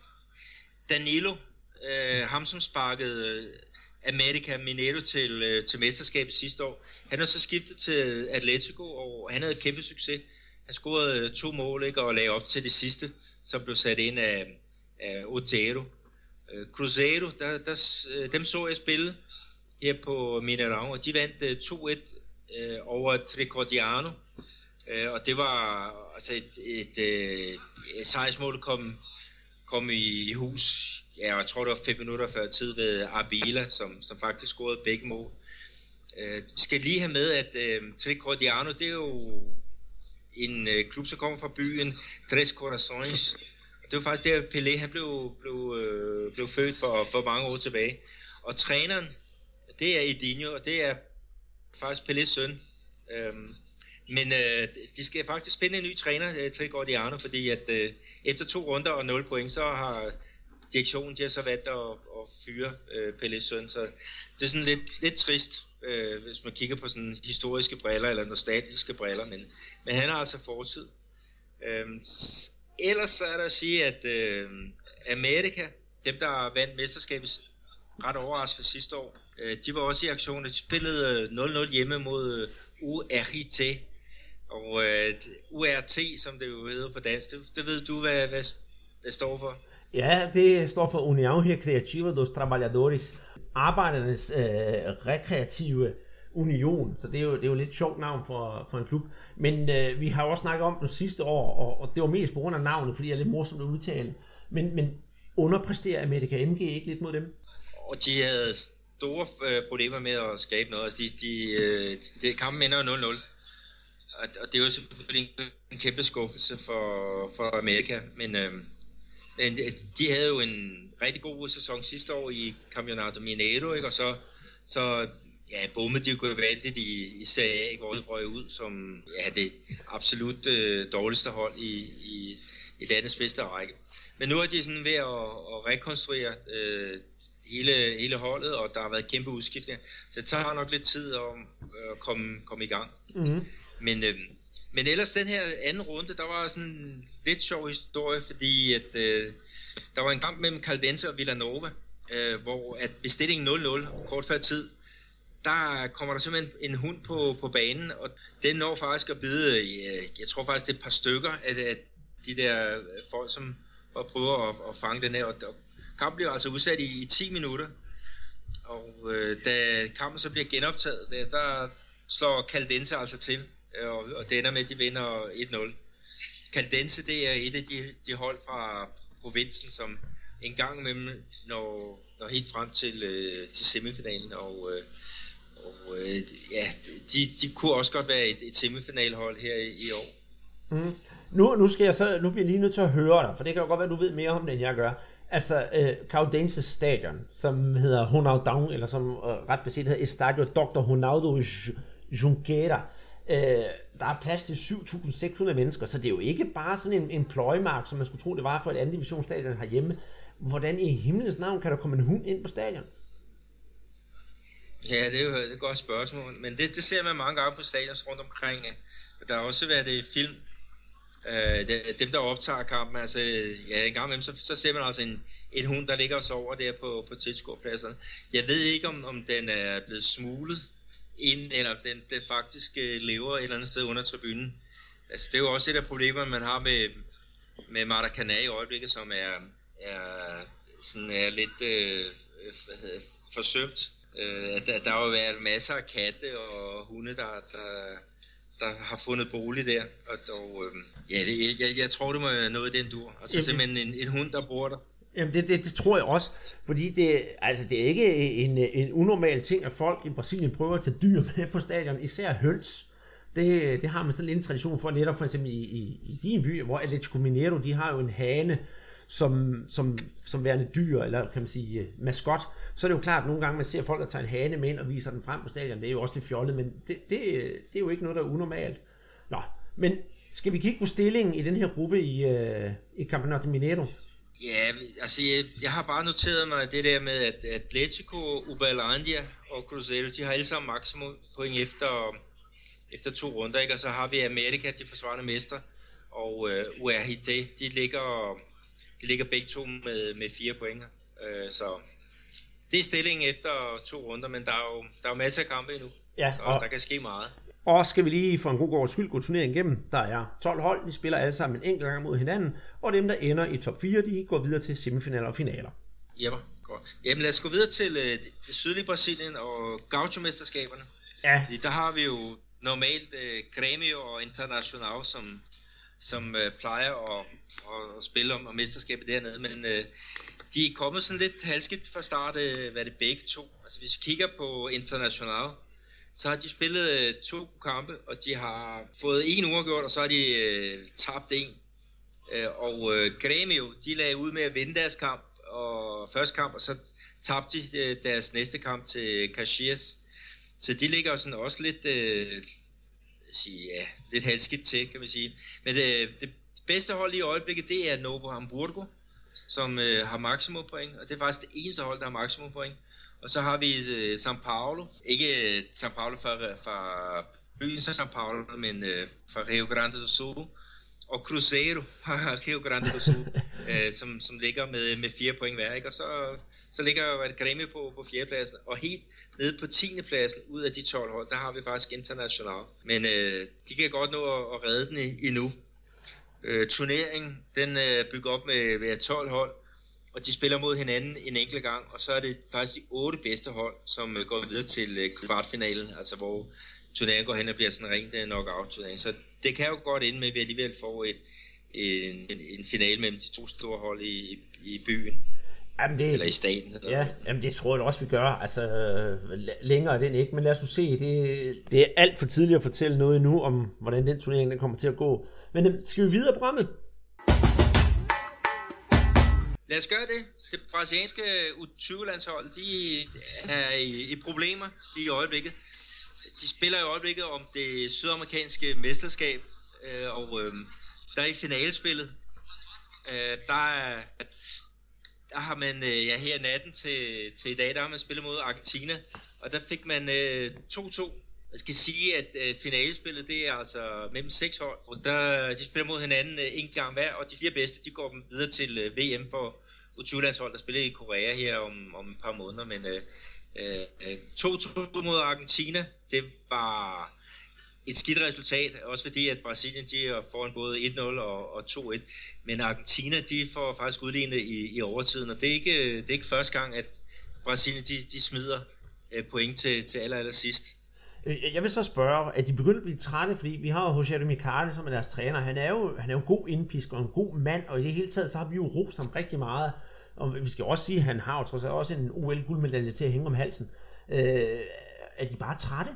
Danilo, øh, ham som sparkede América Mineiro til, øh, til mesterskabet sidste år, han har så skiftet til Atlético, og han havde kæmpe succes. Han scorede to mål, ikke, og lagde op til det sidste, som blev sat ind af, af Otero. Uh, Cruzeiro, der, der, dem så jeg spille her på Mineirão, og de vandt uh, to et uh, over Tricordiano. Uh, og det var altså et, et, et, et sejrsmål, kom, kom i, i hus. Ja, jeg tror det var fem minutter før tid ved Arbila, som, som faktisk scorede begge mål. Uh, vi skal lige have med, at uh, Tricordiano, det er jo en øh, klub, som kommer fra byen Tres Corazones. Det var faktisk der, Pelé han blev, blev, øh, blev født for, for mange år tilbage. Og træneren, det er Edinho, og det er faktisk Pelés søn. Øhm, men øh, de skal faktisk finde en ny træner, øh, Tricordiano, fordi at øh, efter to runder og nul point, så har direktionen de har så valgt at, at fyre øh, Pelés søn. Så det er sådan lidt, lidt trist, øh, hvis man kigger på sådan historiske briller eller nostalgiske briller, men, men han har altså fortid. Øh, ellers så er der at sige, at øh, Amerika, dem der vandt mesterskabet ret overraskende sidste år, øh, de var også i aktion, de spillede nul nul hjemme mod U R I T, Og øh, U R T, som det jo hedder på dansk, det, det ved du, hvad, hvad det står for? Ja, det står for União Recreativa dos Trabalhadores, arbejdernes øh, rekreative union, så det er jo, det er jo lidt sjovt navn for, for en klub. Men øh, vi har jo også snakket om det sidste år, og, og det var mest på grund af navnet, fordi det er lidt morsomt at udtale. Men, men underpresterer America M G ikke lidt mod dem? Og de havde store øh, problemer med at skabe noget. Altså de, de, øh, de kampen ender nul nul. Og, og det er jo selvfølgelig en kæmpe skuffelse for, for Amerika. Men, øh, men de havde jo en rigtig god sæson sidste år i Campeonato Mineiro, ikke? Og så, så ja, bommede de jo gevaldigt i, i Serie A, hvor de røg ud som ja, det absolut øh, dårligste hold i, i, i landets bedste række. Men nu er de sådan ved at, at rekonstruere øh, hele, hele holdet, og der har været kæmpe udskiftninger. Så det tager nok lidt tid at, at komme, komme i gang. Mm-hmm. Men, øh, men ellers den her anden runde, der var sådan en lidt sjov historie, fordi at, øh, der var en kamp mellem Caldense og Villanova, øh, hvor at bestillingen nul nul kort før tid, der kommer der simpelthen en hund på, på banen, og den når faktisk at bide, jeg, jeg tror faktisk det er et par stykker af, af de der folk, som og prøver at, at fange den her, og, og kampen bliver altså udsat i, i ti minutter, og øh, da kampen så bliver genoptaget, der, der slår Caldense altså til, og, og det ender med, at de vinder et nul. Caldense, det er et af de, de hold fra provinsen, som en gang imellem når, når helt frem til, øh, til semifinalen, og, øh, og øh, ja, de, de kunne også godt være et, et semifinalhold her i, i år. Mm. Nu, nu, skal jeg så, nu bliver jeg lige nødt til at høre dig, for det kan jo godt være, du ved mere om det, end jeg gør. Altså, øh, Caldense stadion, som hedder Ronaldão, eller som øh, ret beset hedder Estadio doktor Ronaldo Junqueira, øh, der er plads til syv tusind seks hundrede mennesker, så det er jo ikke bare sådan en, en pløjemark, som man skulle tro, det var for et andet divisionsstadion herhjemme. Hvordan i himlens navn kan der komme en hund ind på stadion? Ja, det er jo et godt spørgsmål, men det, det ser man mange gange på stadions rundt omkring. Der har også været det film. Øh, dem der optager kampen, altså ja, en gang imellem, så, så ser man altså en, en hund, der ligger og sover der på, på tilskuerpladserne. Jeg ved ikke, om, om den er blevet smuglet ind, eller om den, den faktisk øh, lever et eller andet sted under tribunen. Altså, det er jo også et af problemerne, man har med, med Maracanã i øjeblikket, som er, er, sådan, er lidt øh, hvad hedder, forsømt. Øh, der, der har jo været masser af katte og hunde, der... der der har fundet bolig der, og, og øh, ja, det, jeg, jeg tror, det må være noget i den dur. Altså jamen, simpelthen en, en hund, der bor der. Jamen, det, det, det tror jeg også, fordi det, altså, det er ikke en, en unormal ting, at folk i Brasilien prøver at tage dyr med på stadion, især høns. Det, det har man sådan en tradition for, netop for eksempel i, i, i din by, hvor Atlético Mineiro, de har jo en hane som, som, som værende dyr, eller kan man sige maskot. Så er det jo klart, at nogle gange man ser folk, der tager en hane med ind og viser den frem på stadion. Det er jo også lidt fjollet, men det, det, det er jo ikke noget, der er unormalt. Nå, men skal vi kigge på stillingen i den her gruppe i, uh, i Campeonato Mineiro? Ja, altså jeg, jeg har bare noteret mig det der med, at Atlético, Uberlândia og Cruzeiro, de har alle sammen maksimum point efter, efter to runder, ikke? Og så har vi America, de forsvarende mester, og uh, U R T, de ligger, de ligger begge to med, med fire point. Uh, så... Det er stillingen efter to runder, men der er jo, der er jo masser af kampe endnu, ja, og, og der kan ske meget. Og skal vi lige for en god gårds skyld gå turneringen igennem. Der er tolv hold, de spiller alle sammen en enkelt gang mod hinanden, og dem, der ender i top fire, de går videre til semifinaler og finaler. Jamen, godt. Jamen lad os gå videre til øh, det sydlige Brasilien og Gaucho-mesterskaberne. Ja. Der har vi jo normalt øh, Grêmio og Internacional, som, som øh, plejer at, at, at spille om, om mesterskabet dernede, men... Øh, De er kommet sådan lidt halvskidt fra start, hvad er det begge to. Altså hvis vi kigger på Internacional, så har de spillet to kampe, og de har fået en uafgjort, og så har de øh, tabt en. Øh, og øh, Grêmio, de lagde ud med at vinde deres kamp, og første kamp, og så tabte de øh, deres næste kamp til Caxias. Så de ligger jo sådan også lidt, øh, sige, ja, lidt halvskidt til, kan man sige. Men øh, det bedste hold i øjeblikket, det er Novo Hamburgo, som øh, har maksimum point, og det er faktisk det eneste hold, der har maksimum point. Og så har vi øh, São Paulo, ikke øh, São Paulo fra, fra byen São Paulo, men øh, fra Rio Grande do Sul, og Cruzeiro fra Rio Grande do Sul, øh, som, som ligger med, med fire point hver, ikke? Og så, så ligger et Grêmio på, på fjerdepladsen, og helt nede på tiende pladsen ud af de tolv hold, der har vi faktisk International. Men øh, de kan godt nå at, at redde den endnu. Øh, turneringen, den øh, bygger op med, med tolv hold, og de spiller mod hinanden en enkelt gang, og så er det faktisk de otte bedste hold, som øh, går videre til øh, kvartfinalen, altså hvor turneringen går hen og bliver sådan rent øh, knockout-turnering. Så det kan jo godt ende med, at vi alligevel får et, en, en, en finale mellem de to store hold i, i byen. Jamen det, eller i staten. Ja, jamen det tror jeg også, vi gør. Altså, længere er den ikke, men lad os nu se. Det, det er alt for tidligt at fortælle noget endnu om, hvordan den turnering den kommer til at gå. Men skal vi videre på programmet? Lad os gøre det. Det brasilianske U tyve-landshold, de er i, i problemer lige i øjeblikket. De spiller i øjeblikket om det sydamerikanske mesterskab, og øh, der er i finalespillet. Øh, der er... Der har man, ja, her natten til, til i dag, der har man spillet mod Argentina, og der fik man øh, to to. Jeg skal sige, at øh, finalespillet, det er altså mellem seks hold, og der, de spiller mod hinanden øh, en gang hver, og de fire bedste, de går videre til øh, V M for U tyve-landshold, der spiller i Korea her om, om et par måneder, men øh, øh, to to mod Argentina, det var et skidt resultat, også fordi at Brasilien de er foran både et nul og, og to et, men Argentina de får faktisk udlignet i, i overtiden, og det er ikke, det er ikke første gang, at Brasilien de, de smider øh, point til, til aller, aller sidst. Jeg vil så spørge, at de begynder at blive trætte, fordi vi har jo Rogério Micali som er deres træner. Han er jo, han er jo en god indpisker og en god mand, og i det hele taget så har vi jo rost ham rigtig meget. Og vi skal også sige, at han har jo trods alt også en O L-guldmedalje til at hænge om halsen. Øh, er de bare trætte?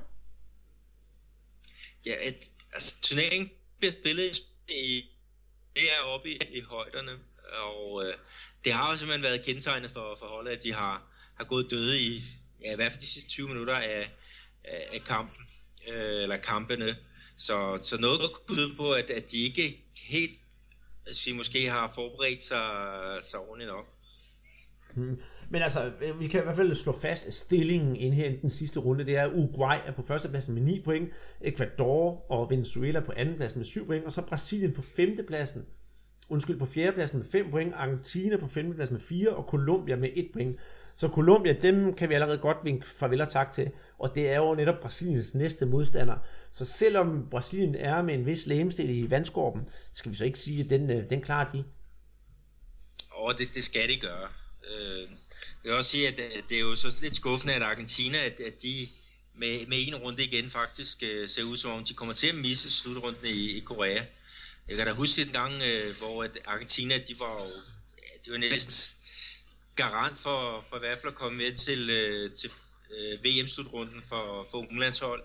Ja, et, altså turneringen bliver spillet i, det er oppe i, i højderne, og øh, det har jo simpelthen været kendetegnet for, for holdet, at de har, har gået døde i, ja, i hvert fald de sidste tyve minutter af, af, af kampen, øh, eller kampene, så, så noget kunne tyde på, at, at de ikke helt, altså vi måske har forberedt sig, sig ordentligt nok. Hmm. Men altså, vi kan i hvert fald slå fast, at stillingen inden her i den sidste runde, det er Uruguay er på førstepladsen med ni point, Ecuador og Venezuela på andenpladsen med syv point, og så Brasilien på femtepladsen, undskyld, på fjerdepladsen med fem point, Argentina på femtepladsen med fire, og Colombia med et point. Så Colombia, dem kan vi allerede godt vinke farvel og tak til, og det er jo netop Brasiliens næste modstander. Så selvom Brasilien er med en vis lægemstil i vandskorben, skal vi så ikke sige, at den, den klarer de? Åh, det, det skal de gøre. Jeg vil også sige, at det er jo så lidt skuffende, at Argentina, at, at de med, med en runde igen faktisk ser ud som om, de kommer til at misse slutrunden i, i Korea. Jeg kan da huske en gang, hvor at Argentina, de var jo, de var næsten garant for, for i hvert fald at komme med til, til V M-slutrunden for, for unglandshold.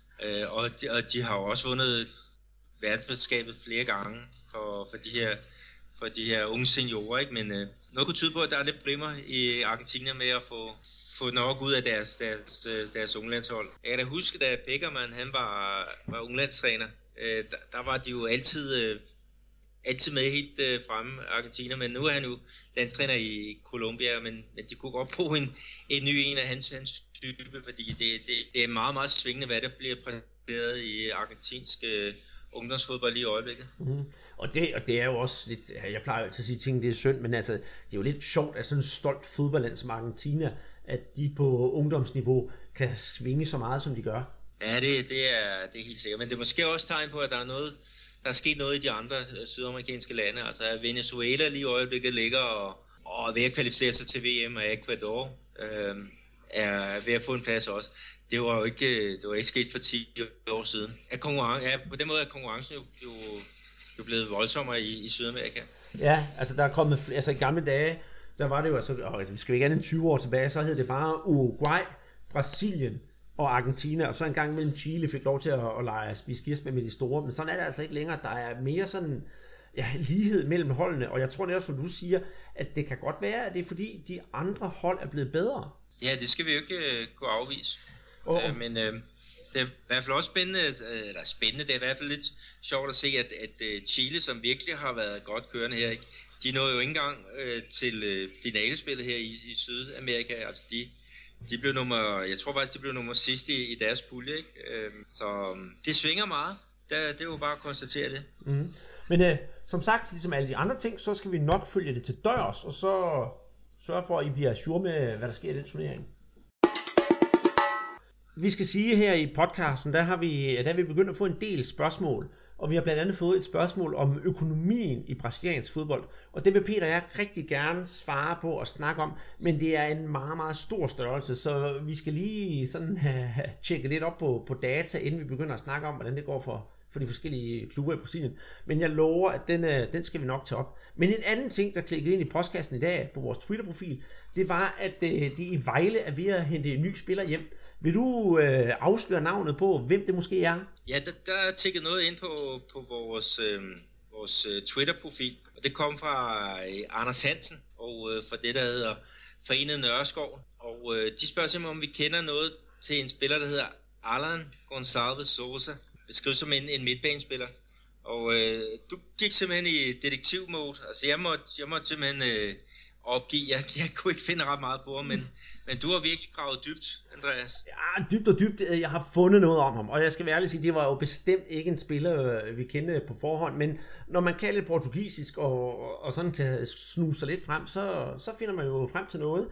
Og de, og de har jo også vundet verdensmesterskabet flere gange for, for de her for de her unge seniorer, ikke? Men øh, noget kunne tyde på, at der er lidt problemer i Argentina med at få, få nok ud af deres, deres, deres unglandshold. Jeg kan da huske, da Beckerman han var, var unglandstræner, øh, der, der var de jo altid, øh, altid med helt øh, fremme, Argentina, men nu er han jo landstræner i Colombia, men, men de kunne godt bruge en, en ny en af hans, hans type, fordi det, det, det er meget, meget svingende, hvad der bliver præsenteret i argentinsk øh, ungdomsfodbold lige i øjeblikket. Mm. Og det, og det er jo også lidt, jeg plejer altid at sige ting, det er synd, men altså, det er jo lidt sjovt, at sådan en stolt fodboldland som Argentina, at de på ungdomsniveau kan svinge så meget, som de gør. Ja, det, det, er, det er helt sikkert, men det er måske også tegn på, at der er noget, der er sket noget i de andre sydamerikanske lande, altså at Venezuela lige i øjeblikket ligger og, og er ved at kvalificere sig til V M, og Ecuador øh, er ved at få en plads også. Det var jo ikke, det var ikke sket for ti år siden. At konkurrence, ja, på den måde er konkurrencen jo, jo jo blevet voldsommere i, i Sydamerika. Ja, altså der er kommet, altså i gamle dage, der var det jo altså, og det skal vi ikke andet end tyve år tilbage, så hed det bare Uruguay, Brasilien og Argentina, og så en gang mellem Chile fik lov til at, at lege spise girs med de store, men sådan er det altså ikke længere. Der er mere sådan, ja, lighed mellem holdene, og jeg tror netop, som du siger, at det kan godt være, at det er fordi, de andre hold er blevet bedre. Ja, det skal vi jo ikke uh, kunne afvise. Oh. Uh, men uh, det er i hvert fald også spændende, eller spændende, det er i hvert fald lidt sjovt at se, at, at Chile, som virkelig har været godt kørende her, ikke? De nåede jo ikke engang uh, til uh, finalespillet her i, i Sydamerika, altså de, de blev nummer, jeg tror faktisk, de blev nummer sidst i, i deres pulje, ikke? Uh, så um, det svinger meget, det, det er jo bare at konstatere det. Mm. Men øh, som sagt, ligesom alle de andre ting, så skal vi nok følge det til dørs, og så sørge for, at I bliver ajour med, hvad der sker i den turnering. Vi skal sige her i podcasten, der har vi, der har vi begyndt at få en del spørgsmål, og vi har blandt andet fået et spørgsmål om økonomien i brasiliansk fodbold, og det vil Peter og jeg rigtig gerne svare på og snakke om, men det er en meget, meget stor størrelse, så vi skal lige sådan have, have tjekket lidt op på, på data, inden vi begynder at snakke om, hvordan det går for, for de forskellige klubber i Brasilien. Men jeg lover, at den, den skal vi nok tage op. Men en anden ting, der klikkede ind i postkassen i dag på vores Twitter-profil, det var, at de i Vejle er ved at hente en ny spiller hjem. Vil du øh, afsløre navnet på, hvem det måske er? Ja, der, der er tækket noget ind på, på vores, øh, vores øh, Twitter-profil, og det kom fra øh, Anders Hansen, og øh, fra det, der hedder Forenet Nørreskov. Og øh, de spørger simpelthen, om vi kender noget til en spiller, der hedder Alan Gonçalves Souza. Det skrives som en, en midtbanespiller. Og øh, du gik simpelthen i detektivmode. Altså, jeg måtte, jeg måtte simpelthen øh, opgive. Jeg, jeg kunne ikke finde ret meget på ham, men... Men du har virkelig gravet dybt, Andreas. Ja, dybt og dybt. Jeg har fundet noget om ham, og jeg skal være ærlig sige, det var jo bestemt ikke en spiller, vi kendte på forhånd, men når man kan lidt portugisisk, og, og sådan kan snuse sig lidt frem, så, så finder man jo frem til noget.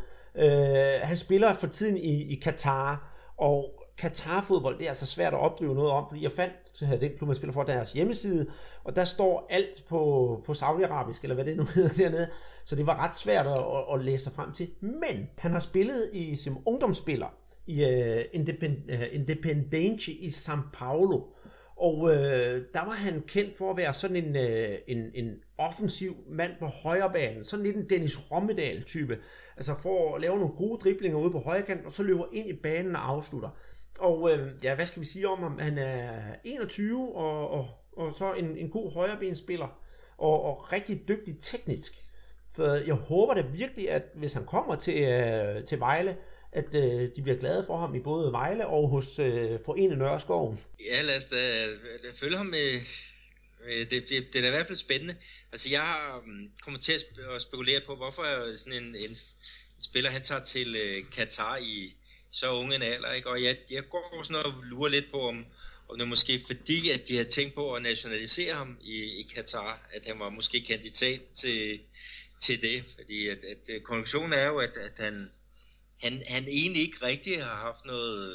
Uh, han spiller for tiden i, i Katar, og Katar-fodbold, det er altså svært at opdrive noget om, fordi jeg fandt den klub, man spiller for, deres hjemmeside, og der står alt på, på saudi-arabisk, eller hvad det nu hedder dernede. Så det var ret svært at, at, at læse sig frem til. Men han har spillet i, som ungdomsspiller i uh, Independ, uh, Independiente i São Paulo. Og uh, der var han kendt for at være sådan en, uh, en, en offensiv mand på højrebanen. Sådan lidt en Dennis Rommedal type. Altså for at lave nogle gode driblinger ude på højrekant, og så løber ind i banen og afslutter. Og uh, ja, hvad skal vi sige om ham? Han er enogtyve og, og, og så en, en god højrebenspiller. Og, og rigtig dygtig teknisk. Så jeg håber da virkelig, at hvis han kommer til, øh, til Vejle, at øh, de bliver glade for ham i både Vejle og hos øh, Forenet Nørreskoven. Ja, lad os da følge ham med... Det, det, det er da i hvert fald spændende. Altså, jeg har kommet til at spekulere på, hvorfor sådan en, en, en spiller, han tager til øh, Katar i så unge en alder, ikke? Og jeg, jeg går sådan og lurer lidt på, om, om det er måske fordi, at de har tænkt på at nationalisere ham i, i Katar, at han var måske kandidat til... til det, fordi at, at konklusionen er jo, at, at han, han, han egentlig ikke rigtig har haft noget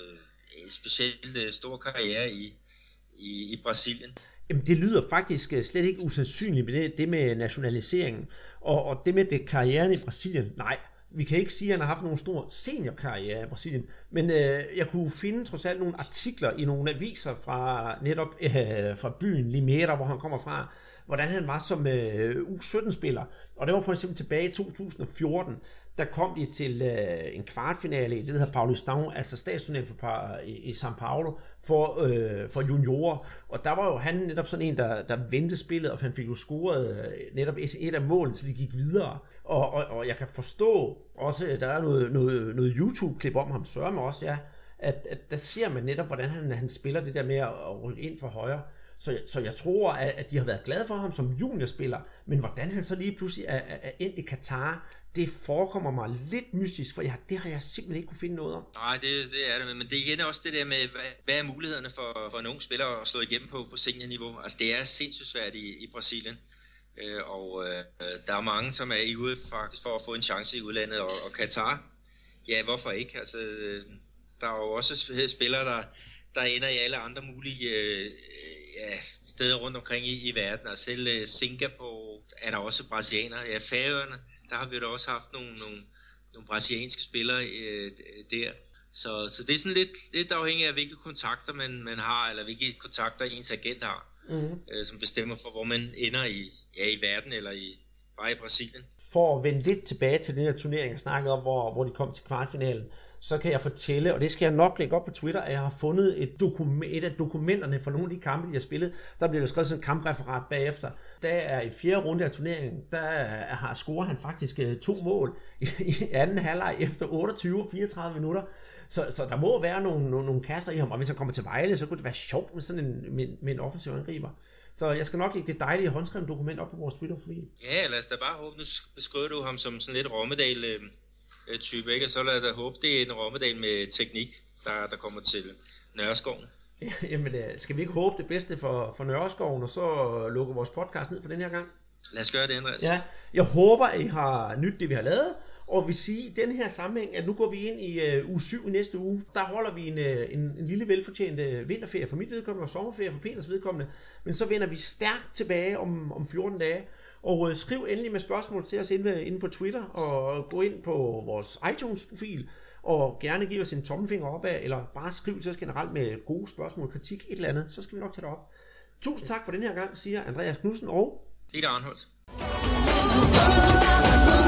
specielt stor karriere i, i, i Brasilien. Jamen det lyder faktisk slet ikke usandsynligt med det, det med nationaliseringen, og, og det med det karrieren i Brasilien. Nej, vi kan ikke sige, at han har haft nogen stor seniorkarriere i Brasilien, men øh, jeg kunne finde trods alt nogle artikler i nogle aviser fra netop øh, fra byen Limeira, hvor han kommer fra, hvordan han var som øh, U sytten-spiller. Og det var for eksempel tilbage i to tusind og fjorten, der kom de til øh, en kvartfinale i det, der hedder Paulistão, altså statsturneringen for, i, i São Paulo, for, øh, for juniorer. Og der var jo han netop sådan en, der, der vendte spillet, og han fik jo scoret øh, netop et af målene, så de gik videre. Og, og, og jeg kan forstå også, der er noget, noget, noget YouTube-klip om ham, sørger mig også, ja, at, at der ser man netop, hvordan han, han spiller det der med at, at rykke ind for højre. Så, så jeg tror, at, at de har været glade for ham som juniorspiller, men hvordan han så lige pludselig er, er, er endt i Katar, det forekommer mig lidt mystisk, for jeg, det har jeg simpelthen ikke kunne finde noget om. Nej, det, det er det, men det er igen også det der med, hvad, hvad er mulighederne for, for en ung spiller at slå igennem på, på seniorniveau. Altså det er sindssygt svært i, i Brasilien, øh, og øh, der er mange, som er i ude faktisk for at få en chance i udlandet, og, og Katar, ja hvorfor ikke? Altså, der er jo også spillere, der, der ender i alle andre mulige... Øh, Ja, steder rundt omkring i, i verden, og selv uh, Singapore er der også brasilianere. Ja, Færøerne, der har vi da også haft nogle, nogle, nogle brasilianske spillere uh, der. Så, så det er sådan lidt, lidt afhængigt af, hvilke kontakter man, man har, eller hvilke kontakter ens agent har, mm-hmm. uh, som bestemmer for, hvor man ender i, ja, i verden, eller i, bare i Brasilien. For at vende lidt tilbage til den her turnering, jeg snakkede om, hvor, hvor de kom til kvartfinalen, så kan jeg fortælle, og det skal jeg nok lægge op på Twitter, at jeg har fundet et, dokument, et af dokumenterne fra nogle af de kampe, de har spillet. Der bliver der skrevet sådan en kampreferat bagefter. Der er i fjerde runde af turneringen, der har scoret han faktisk to mål i anden halvleg efter otteogtyve og fireogtredive minutter. Så, så der må være nogle, nogle, nogle kasser i ham, og hvis han kommer til Vejle, så kunne det være sjovt med sådan en, med, med en offensiv angriber. Så jeg skal nok lægge det dejlige håndskrevne dokument op på vores Twitter-profil. Ja, lad os da bare håbe, nu beskriver du ham som sådan lidt Rommedal type, ikke? Så lad os da håbe, det er en Rommedal med teknik, der, der kommer til Nørreskoven. Jamen, skal vi ikke håbe det bedste for, for Nørreskoven, og så lukke vores podcast ned for den her gang? Lad os gøre det, Andreas. Ja, jeg håber, I har nydt det, vi har lavet, og vi siger i den her sammenhæng, at nu går vi ind i uh, uge syv i næste uge. Der holder vi en, en, en lille velfortjent uh, vinterferie for mit vedkommende, og sommerferie for Peters vedkommende, men så vender vi stærkt tilbage om, om fjorten dage. Og uh, skriv endelig med spørgsmål til os inde, inde på Twitter, og gå ind på vores iTunes-profil, og gerne give os en tommelfinger opad, eller bare skriv til os generelt med gode spørgsmål, kritik, et eller andet, så skal vi nok tage det op. Tusind tak for den her gang, siger Andreas Knudsen og Peter Arnholdt.